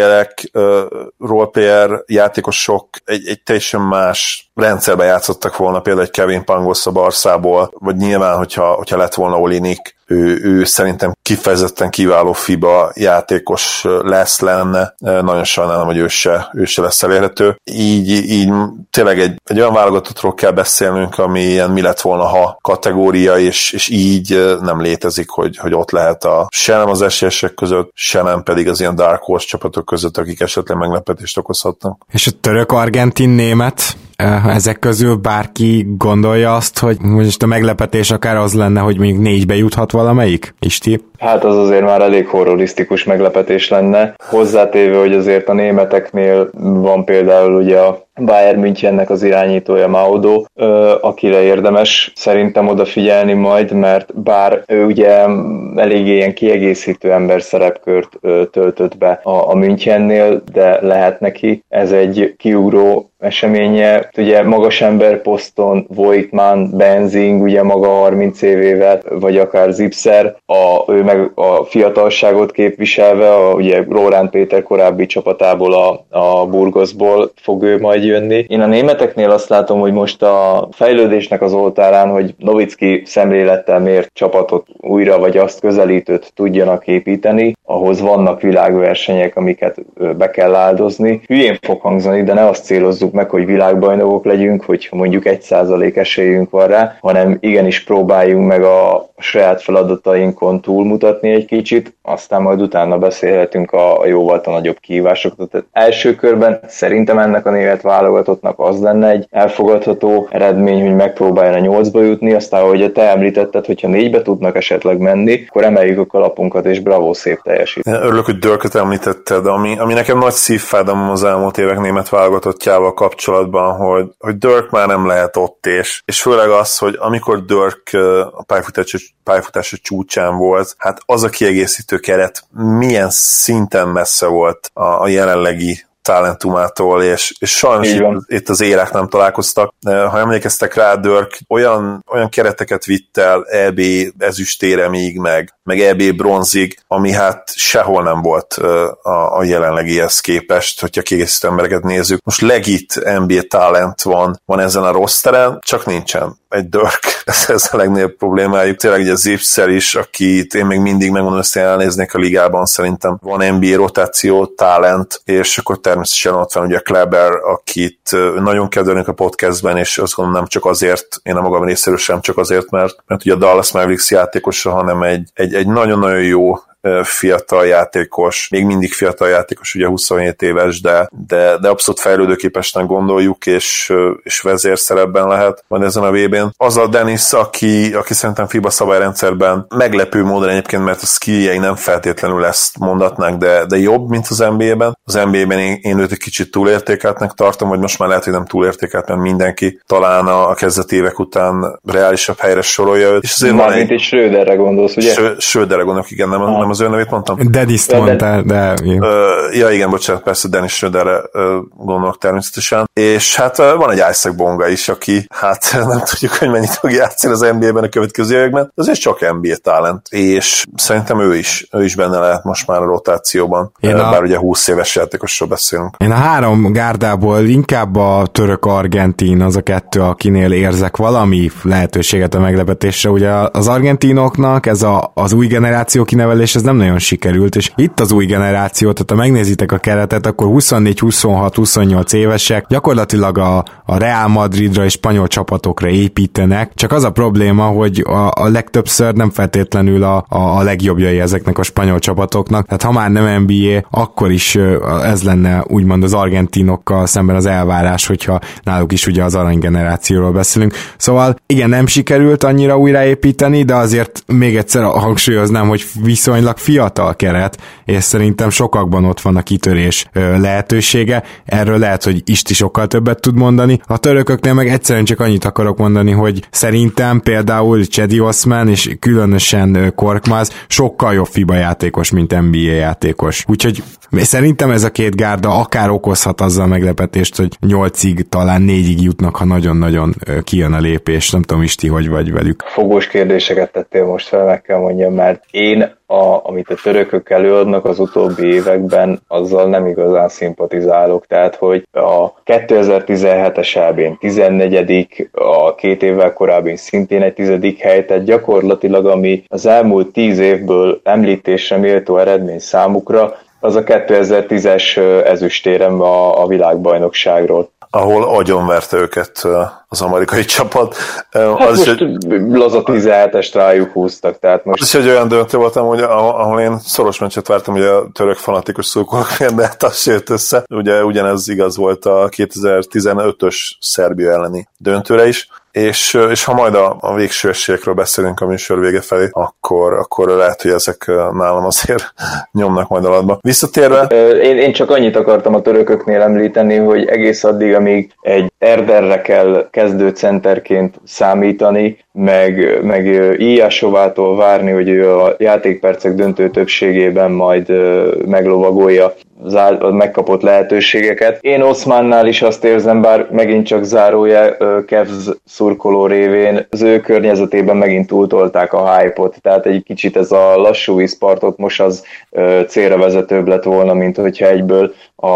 roleplayer játékosok egy teljesen más rendszerben játszottak volna, például egy Kevin Pangos a Barszából, vagy nyilván, hogyha lett volna Olinik, ő szerintem kifejezetten kiváló FIBA játékos lenne. Nagyon sajnálom, hogy ő se lesz elérhető. Így tényleg egy olyan válogatottról kell beszélnünk, ami ilyen mi lett volna, ha kategória, és így nem létezik, hogy ott lehet se nem az esélyesek között, se nem pedig az ilyen Dark Horse csapatok között, akik esetleg meglepetést okozhatnak. És a török, argentin, német, ezek közül bárki gondolja azt, hogy most a meglepetés akár az lenne, hogy még 4-be juthat valamelyik? Isti? Hát az azért már elég horrorisztikus meglepetés lenne. Hozzátéve, hogy azért a németeknél van például ugye a Bayern Münchennek az irányítója Maudo, akire érdemes szerintem odafigyelni majd, mert bár ő ugye eléggé ilyen kiegészítő ember szerepkört töltött be a Münchennél, de lehet neki. Ez egy kiugró eseménye. Ugye magas ember poszton Voigtman, Benzing, ugye maga 30 évével, vagy akár Zipser, ő meg a fiatalságot képviselve, ugye Lorán Péter korábbi csapatából, a Burgosból fog ő majd jönni. Én a németeknél azt látom, hogy most a fejlődésnek az oltárán, hogy Nowitzki szemlélettel mért csapatot újra, vagy azt közelítőt tudjanak építeni, ahhoz vannak világversenyek, amiket be kell áldozni. Hülyén fog hangzani, de ne azt célozzuk meg, hogy világbajnokok legyünk, hogy mondjuk 1% esélyünk van rá, hanem igenis próbáljunk meg a saját feladatainkon túlmutatni egy kicsit, aztán majd utána beszélhetünk a jóval nagyobb kihívásokról. Tehát első körben szerintem ennek a német válogatottnak az lenne egy elfogadható eredmény, hogy megpróbáljon a 8-ba jutni, aztán ahogy te említetted, hogyha 4-be tudnak esetleg menni, akkor emeljük a kalapunkat, és bravo, szép teljesít. Örülök, hogy Dirket említetted, ami nekem nagy szívfájdalom az elmúlt évek német válogatottjával kapcsolatban, hogy Dirk már nem lehet ott, és főleg az, hogy amikor Dirk a pályafutása csúcsán volt, hát az a kiegészítő keret milyen szinten messze volt a jelenlegi talentumától, és sajnos itt az érek nem találkoztak. Ha emlékeztek rá, Dirk olyan kereteket vitt el EB ezüstéremig, meg EB bronzig, ami hát sehol nem volt a jelenlegihez képest, hogyha kiegészítő embereket nézzük. Most legit NBA talent van ezen a rosteren, csak nincsen egy Dirk. Ez a legnagyobb problémájuk. Tényleg ugye Zipser is, akit én még mindig megmondom, ezt én elnéznék a ligában, szerintem van NBA rotáció, talent, és akkor természetesen ott van ugye Kleber, akit nagyon kedvelünk a podcastben, és azt gondolom nem csak azért, én a magam részéről sem csak azért, mert ugye a Dallas Mavericks játékosa, hanem egy nagyon-nagyon jó fiatal játékos, még mindig fiatal játékos, ugye 27 éves, de abszolút fejlődőképesnek gondoljuk, és vezérszerepben lehet majd ezen a VB-n. Az a Dennis, aki szerintem FIBA szabályrendszerben meglepő módon egyébként, mert a skilljei nem feltétlenül ezt mondatnánk, de jobb, mint az NBA-ben. Az NBA-ben én őt egy kicsit túlértékeltnek tartom, vagy most már lehet, hogy nem túlértékelt, mert mindenki talán a kezdeti évek után reálisabb helyre sorolja őt. És azért van egy Schröderre gondolsz, ugye? Schröderre gondolok, igen, nem az ő nevét mondtam? Dennis-t mondtál, de... Ja igen, bocsánat, persze Dennis Schröderre gondolok természetesen. És hát van egy Isaac Bonga is, aki hát nem tudjuk, hogy mennyit fog játszani az NBA-ben a következő években, de azért csak NBA talent. És szerintem ő is benne lehet most már a rotációban. Bár ugye 20 éves játékosról beszélünk. Én a 3 gárdából inkább a török-argentin az a 2, akinél érzek valami lehetőséget a meglepetésre. Ugye az argentinoknak ez az új generáció kinevelés, ez nem nagyon sikerült, és itt az új generáció, tehát ha megnézitek a keretet, akkor 24, 26, 28 évesek, gyakorlatilag a Real Madridra és spanyol csapatokra építenek, csak az a probléma, hogy a legtöbbször nem feltétlenül a legjobbjai ezeknek a spanyol csapatoknak, tehát ha már nem NBA, akkor is ez lenne úgymond az argentinokkal szemben az elvárás, hogyha náluk is ugye az aranygenerációról beszélünk. Szóval igen, nem sikerült annyira újraépíteni, de azért még egyszer hangsúlyoznám, hogy viszonylag fiatal keret, és szerintem sokakban ott van a kitörés lehetősége. Erről lehet, hogy Isti sokkal többet tud mondani. A törököknél meg egyszerűen csak annyit akarok mondani, hogy szerintem például Cedi Osman és különösen Korkmaz sokkal jobb FIBA játékos, mint NBA játékos. Úgyhogy szerintem ez a 2 gárda akár okozhat azzal meglepetést, hogy 8-ig, talán 4-ig jutnak, ha nagyon-nagyon kijön a lépés. Nem tudom, Isti, hogy vagy velük. Fogós kérdéseket tettél most fel, meg kell mondjam, mert én amit a törökök előadnak az utóbbi években, azzal nem igazán szimpatizálok. Tehát, hogy a 2017-es EB-n 14., a 2 évvel korábbi szintén egy 10. hely, tehát gyakorlatilag ami az elmúlt 10 évből említésre méltó eredmény számukra, az a 2010-es ezüstérem a világbajnokságról. Ahol agyonverte őket az amerikai csapat. Hát az most laza 17-est rájuk húztak, tehát most... Az is egy olyan döntő voltam, hogy ahol én szoros meccset vártam, hogy a török fanatikus szurkolók, de hát az jött össze. Ugye ugyanez igaz volt a 2015-ös Szerbia elleni döntőre is. És ha majd a végső esélyekről beszélünk a műsor vége felé, akkor lehet, hogy ezek nálam azért nyomnak majd alatba. Visszatérve... Én csak annyit akartam a törököknél említeni, hogy egész addig, amíg egy Erderre kell kezdőcenterként számítani, meg Ilyasovától várni, hogy ő a játékpercek döntő többségében majd meglovagolja a megkapott lehetőségeket. Én Oszmánnál is azt érzem, bár megint csak zárója Cavs szurkoló révén, az ő környezetében megint túltolták a hype-ot, tehát egy kicsit ez a lassú vízpartot most az célra vezetőbb lett volna, mint hogyha egyből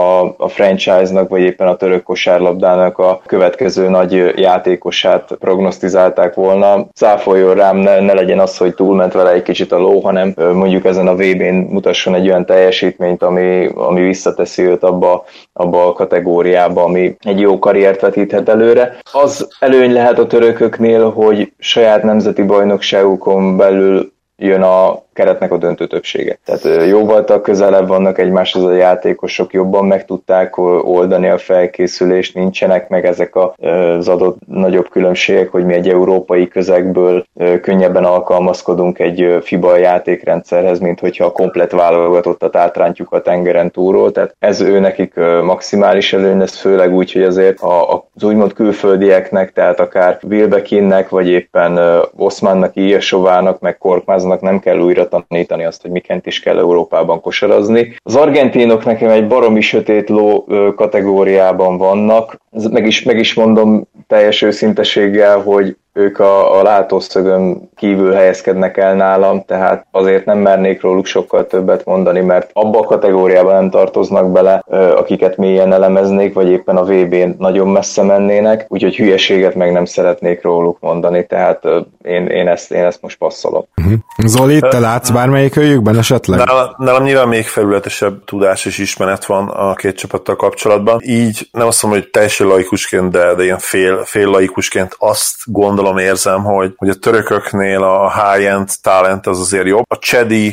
a franchise-nak, vagy éppen a török kosárlabdának a következő nagy játékosát prognosztizálták volna. Cáfoljon rám, ne legyen az, hogy túlment vele egy kicsit a ló, hanem mondjuk ezen a VB-n mutasson egy olyan teljesítményt, ami visszateszi őt abba a kategóriába, ami egy jó karriert vetíthet előre. Az előny lehet a törököknél, hogy saját nemzeti bajnokságukon belül jön a keretnek a döntő többsége. Tehát jóval közelebb vannak egymáshoz a játékosok, jobban meg tudták oldani a felkészülést, nincsenek meg ezek az adott nagyobb különbségek, hogy mi egy európai közegből könnyebben alkalmazkodunk egy FIBA játékrendszerhez, mint hogyha a komplett válogatottat átrántjuk a tengeren túlról. Tehát ez ő nekik maximális előny lesz, főleg úgy, hogy azért az úgymond külföldieknek, tehát akár Wilbekinnek, vagy éppen Oszmánnak, Ilyesovának, meg Korkmaznak nem kell újra tanítani azt, hogy miként is kell Európában kosarazni. Az argentinok nekem egy baromi sötét ló kategóriában vannak. Meg is mondom teljes őszinteséggel, hogy ők a látószögön kívül helyezkednek el nálam, tehát azért nem mernék róluk sokkal többet mondani, mert abba a kategóriában nem tartoznak bele, akiket mélyen elemeznék, vagy éppen a VB-n nagyon messze mennének, úgyhogy hülyeséget meg nem szeretnék róluk mondani, tehát én ezt most passzolom. Zoli, te látsz bármelyik őjükben esetleg? Nálam nyilván még felületesebb tudás és ismeret van a két csapattal kapcsolatban. Így nem azt mondom, hogy teljesen laikusként, de ilyen fél laikusként azt gondolom, érzem, hogy a törököknél a high-end talent az azért jobb. A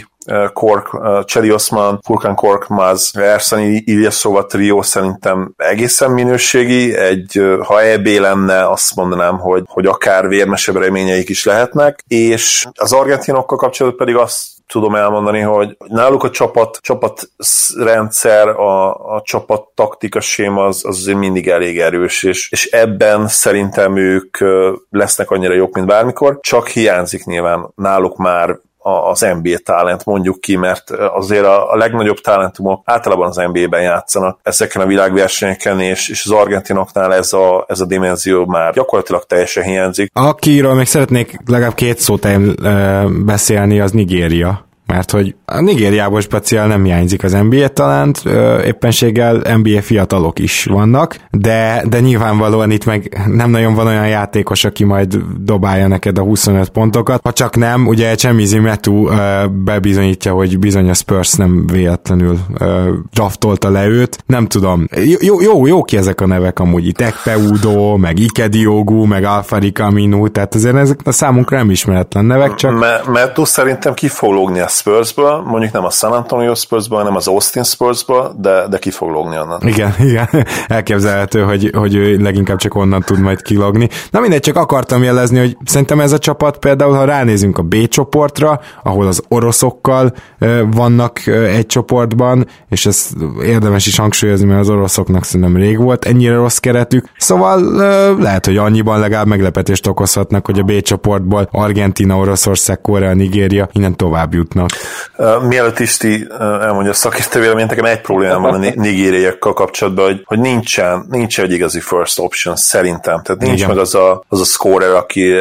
Chedi Osman, Furkan Korkmaz, Ersan Ilyasova trió szerintem egészen minőségi, ha EB lenne, azt mondanám, hogy akár vérmesebb reményeik is lehetnek, és az argentinokkal kapcsolatban pedig azt tudom elmondani, hogy náluk a csapatrendszer, a csapat taktika séma az azért mindig elég erős, és ebben szerintem ők lesznek annyira jók, mint bármikor, csak hiányzik nyilván náluk már az NBA talent, mondjuk ki, mert azért a legnagyobb talentumok általában az NBA-ben játszanak ezeken a világversenyeken, és az argentinoknál ez a dimenzió már gyakorlatilag teljesen hiányzik. Akiről még szeretnék legalább 2 szót beszélni, az Nigéria. Mert hogy a Nigériából speciál nem hiányzik az NBA talent, éppenséggel NBA fiatalok is vannak, de nyilvánvalóan itt meg nem nagyon van olyan játékos, aki majd dobálja neked a 25 pontokat. Ha csak nem, ugye Chemizi Metu bebizonyítja, hogy bizony a Spurs nem véletlenül draftolta le őt. Nem tudom. Jó ki ezek a nevek amúgy. Itt Ekpeudo, meg Ikediogu, meg Alfari Camino, tehát azért ezek a számunkra nem ismeretlen nevek, csak... Metu szerintem ki fog lógni a Spursből, mondjuk nem a San Antonio Spursből, hanem az Austin Spursből, de ki fog lógni onnan. Igen, elképzelhető, hogy ő leginkább csak onnan tud majd kilogni. Na mindegy, csak akartam jelezni, hogy szerintem ez a csapat például, ha ránézünk a B csoportra, ahol az oroszokkal vannak egy csoportban, és ez érdemes is hangsúlyozni, mert az oroszoknak szerintem rég volt ennyire rossz keretük, szóval lehet, hogy annyiban legalább meglepetést okozhatnak, hogy a B csoportból Argentína, Oroszország, Korea, Nigéria innen tovább jutnak. Mielőtt Isti elmondja a szakértő véleményt, nekem egy problémám van a nigériakkal kapcsolatban, hogy nincs egy igazi first option szerintem. Tehát nincs meg az a scorer,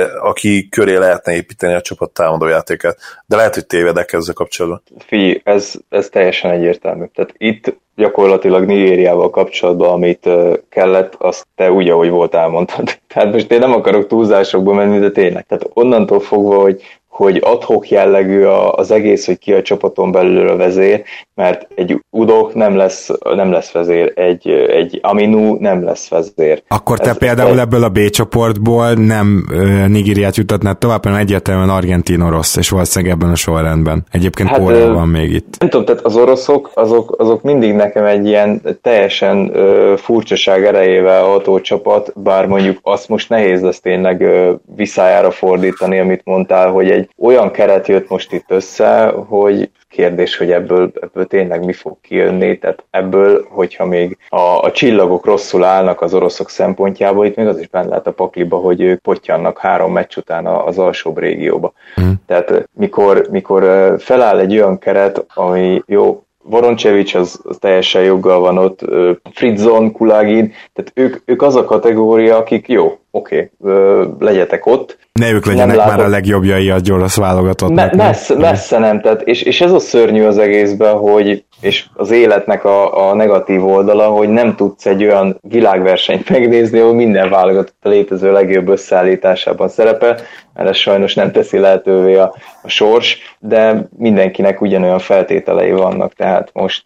aki köré lehetne építeni a csapat támadójátékát. De lehet, hogy tévedek ezzel kapcsolatban. Figyelj, ez teljesen egyértelmű. Tehát itt gyakorlatilag Nigériával kapcsolatban, amit kellett, azt te úgy, ahogy volt elmondtad. Tehát most én nem akarok túlzásokba menni, de tényleg. Tehát onnantól fogva, hogy ad-hoc jellegű az egész, hogy ki a csapaton belül a vezér, mert egy Udok nem lesz vezér, egy Aminu nem lesz vezér. Akkor te például ebből a B csoportból nem Nigériát jutatnád tovább, hanem egyértelműen Argentin orosz, és valószínűleg ebben a sorrendben. Egyébként Korea van még itt. Nem tudom, tehát az oroszok, azok mindig nekem egy ilyen teljesen furcsaság erejével ható csapat, bár mondjuk azt most nehéz lesz tényleg visszájára fordítani, amit mondtál, hogy egy olyan keret jött most itt össze, hogy kérdés, hogy ebből tényleg mi fog kijönni, tehát ebből, hogyha még a csillagok rosszul állnak az oroszok szempontjából, itt még az is benne lehet a pakliba, hogy ők pottyannak 3 meccs után az alsóbb régióba. Tehát mikor feláll egy olyan keret, ami jó, Voroncsevics az teljesen joggal van ott, Fritzon, Kulagin, tehát ők az a kategória, akik jó, oké, legyetek ott. Ne ők legyenek már a legjobbjai a orosz válogatottnak. Messze nem, tehát, és ez a szörnyű az egészben, hogy és az életnek a negatív oldala, hogy nem tudsz egy olyan világversenyt megnézni, ahol minden válogatott a létező legjobb összeállításában szerepel, mert ez sajnos nem teszi lehetővé a sors, de mindenkinek ugyanolyan feltételei vannak, tehát most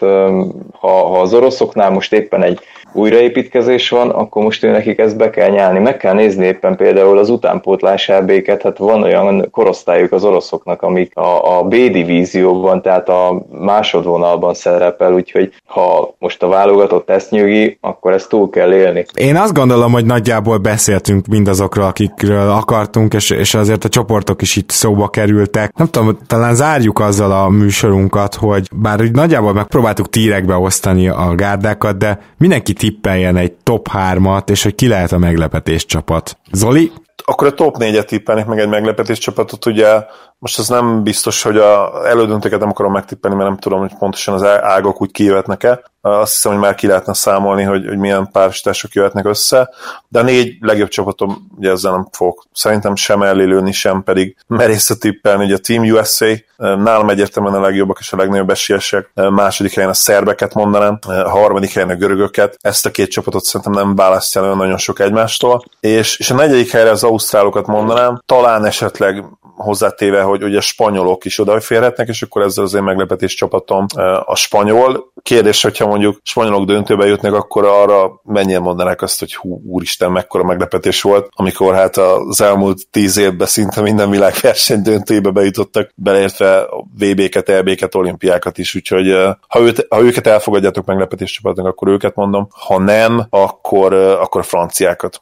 ha az oroszoknál most éppen egy újraépítkezés van, akkor most nekik ezt be kell nyálni. Meg kell nézni éppen például az utánpótlás EB-ket, hát van olyan korosztályuk az oroszoknak, amik a B-divízióban, tehát a másodvonalban szerepel, úgyhogy ha most a válogatott ezt nyögi, akkor ezt túl kell élni. Én azt gondolom, hogy nagyjából beszéltünk mindazokról, akikről akartunk, és azért a csoportok is itt szóba kerültek. Nem tudom, talán zárjuk azzal a műsorunkat, hogy bár nagyjából megpróbáltuk tírekbe osztani a gárdákat, de mindenki tippeljen egy top 3-at, és hogy ki lehet a meglepetés csapat. Zoli? Akkor a top 4-et tippelnék meg egy meglepetés csapatot, ugye most az nem biztos, hogy az elődöntőket nem akarom megtippelni, mert nem tudom, hogy pontosan az ágok úgy kijöhetnek-e. Azt hiszem, hogy már ki lehetne számolni, hogy milyen párosítások jöhetnek össze, de a 4 legjobb csapatom, ugye ezzel nem fogok szerintem sem ellélőni, sem pedig merész tippelni, ugye a Team USA, nálam egyértelműen a legjobbak és a legnagyobb esélyesek, második helyen a szerbeket mondanám, a harmadik helyen a görögöket, ezt a 2 csapatot szerintem nem választja olyan nagyon sok egymástól, és a 4. helyre az ausztrálokat mondanám, talán esetleg hozzátéve, hogy ugye a spanyolok is odaférhetnek, és akkor ezzel az én meglepetés csapatom a spanyol. Kérdés, hogyha mondjuk spanyolok döntőbe jutnak, akkor arra mennyien mondanák azt, hogy úristen, mekkora meglepetés volt, amikor hát az elmúlt 10 évben szinte minden világverseny döntőjébe bejutottak, beleértve a VB-ket, EB-ket, olimpiákat is, úgyhogy ha őket elfogadjátok meglepetés csapatnak, akkor őket mondom, ha nem, akkor a franciákat.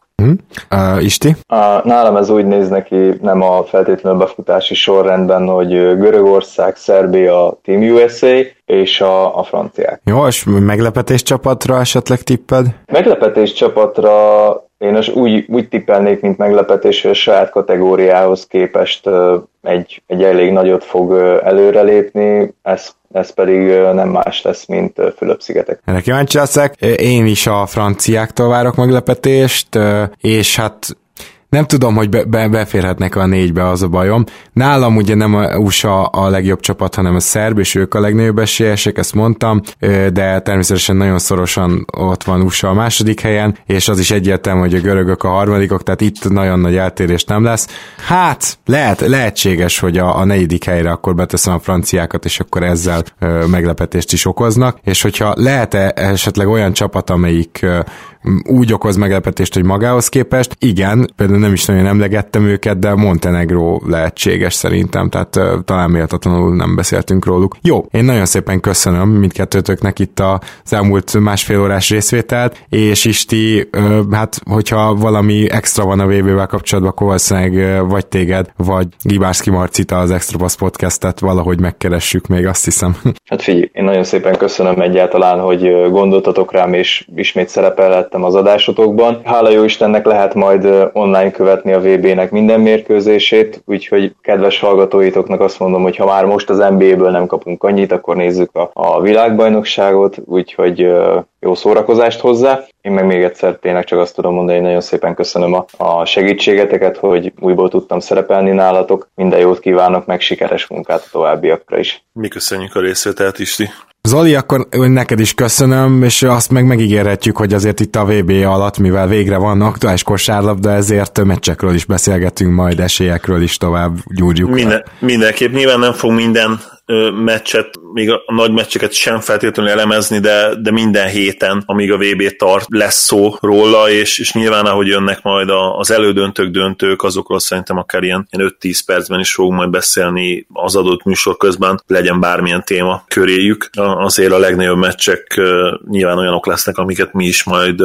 Isti? Nálam ez úgy néz neki, nem a feltétlenül befutási sorrendben, hogy Görögország, Szerbia, Team USA és a franciák. Jó, és meglepetés csapatra esetleg tipped? Meglepetés csapatra én úgy tippelnék, mint meglepetés, hogy a saját kategóriához képest egy elég nagyot fog előrelépni, ez pedig nem más lesz, mint Fülöp-szigetek. Erre kíváncsi leszek. Én is a franciáktól várok meglepetést, és hát nem tudom, hogy beférhetnek a 4-be, az a bajom. Nálam ugye nem a USA a legjobb csapat, hanem a szerb, és ők a legnagyobb esélyesek, ezt mondtam, de természetesen nagyon szorosan ott van USA a második helyen, és az is egyértelmű, hogy a görögök a harmadikok, tehát itt nagyon nagy eltérés nem lesz. Hát, lehetséges, hogy a 4. helyre akkor beteszem a franciákat, és akkor ezzel meglepetést is okoznak, és hogyha lehet-e esetleg olyan csapat, amelyik úgy okoz meglepetést, hogy magához képest, igen, például nem is nagyon emlegettem őket, de Montenegro lehetséges szerintem, tehát talán méltatlanul nem beszéltünk róluk. Jó, én nagyon szépen köszönöm mindkettőtöknek itt az elmúlt másfél órás részvételt, és Isti, hát hogyha valami extra van a VB-vel kapcsolatban, akkor valószínűleg vagy téged, vagy Gibárszki Marcita az Extra Pass podcastet valahogy megkeressük még, azt hiszem. Hát figyelj, én nagyon szépen köszönöm egyáltalán, hogy gondoltatok rám, és ismét szerepelhettem az adásotokban. Hála jó Istennek lehet majd online követni a VB-nek minden mérkőzését, úgyhogy kedves hallgatóitoknak azt mondom, hogy ha már most az NBA-ből nem kapunk annyit, akkor nézzük a világbajnokságot, úgyhogy jó szórakozást hozzá. Én meg még egyszer tényleg csak azt tudom mondani, hogy nagyon szépen köszönöm a segítségeteket, hogy újból tudtam szerepelni nálatok. Minden jót kívánok, meg sikeres munkát a továbbiakra is. Mi köszönjük a részvételt, Isti. Zoli, akkor neked is köszönöm, és azt megígérhetjük, hogy azért itt a VB alatt, mivel végre van aktuális kosárlabda, ezért meccsekről is beszélgetünk, majd esélyekről is tovább gyúrjuk. Mindenképp nyilván nem fog minden meccset, még a nagy meccseket sem feltétlenül elemezni, de minden héten, amíg a VB tart, lesz szó róla, és nyilván ahogy jönnek majd az elődöntők, döntők, azokról szerintem akár ilyen 5-10 percben is fogunk majd beszélni az adott műsor közben, legyen bármilyen téma köréjük. Azért a legnagyobb meccsek nyilván olyanok lesznek, amiket mi is majd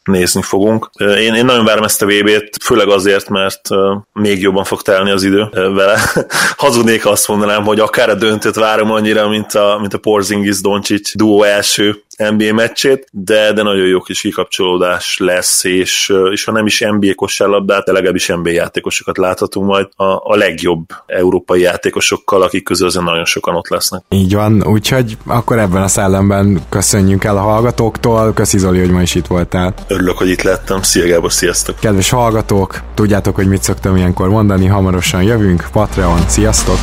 nézni fogunk. Én nagyon várom ezt a VB-t, főleg azért, mert még jobban fog telni az idő vele. Hazudnék, ha azt mondanám, hogy akár a döntőt várom annyira, mint a Porzingis-Doncic duó első NBA meccsét, de nagyon jó kis kikapcsolódás lesz, és ha nem is NBA kosárlabdát, de legalábbis NBA játékosokat láthatunk majd a legjobb európai játékosokkal, akik közül azért nagyon sokan ott lesznek. Így van, úgyhogy akkor ebben a szellemben köszönjünk el a hallgatóktól. Köszi Zoli, hogy ma is itt voltál. Örülök, hogy itt lettem. Szia Gábor, sziasztok! Kedves hallgatók, tudjátok, hogy mit szoktam ilyenkor mondani, hamarosan jövünk, Patreon, sziasztok!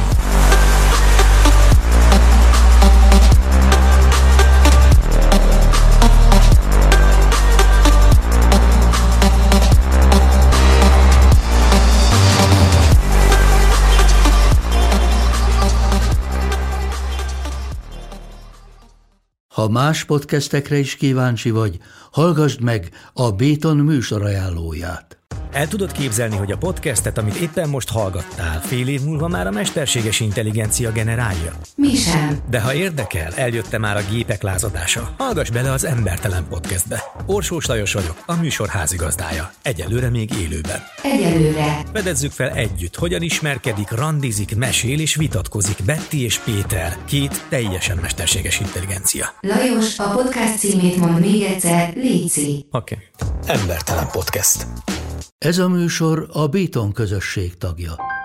Ha más podcastekre is kíváncsi vagy, hallgassd meg a Béton műsor ajánlóját. El tudod képzelni, hogy a podcastet, amit éppen most hallgattál, fél év múlva már a mesterséges intelligencia generálja? Mi sem. De ha érdekel, eljött már a gépek lázadása. Hallgass bele az Embertelen Podcastbe. Orsós Lajos vagyok, a műsor házigazdája. Egyelőre még élőben. Egyelőre. Fedezzük fel együtt, hogyan ismerkedik, randizik, mesél és vitatkozik Betty és Péter, két teljesen mesterséges intelligencia. Lajos, a podcast címét mond még egyszer, léci. Oké. Embertelen Podcast. Ez a műsor a Béton közösség tagja.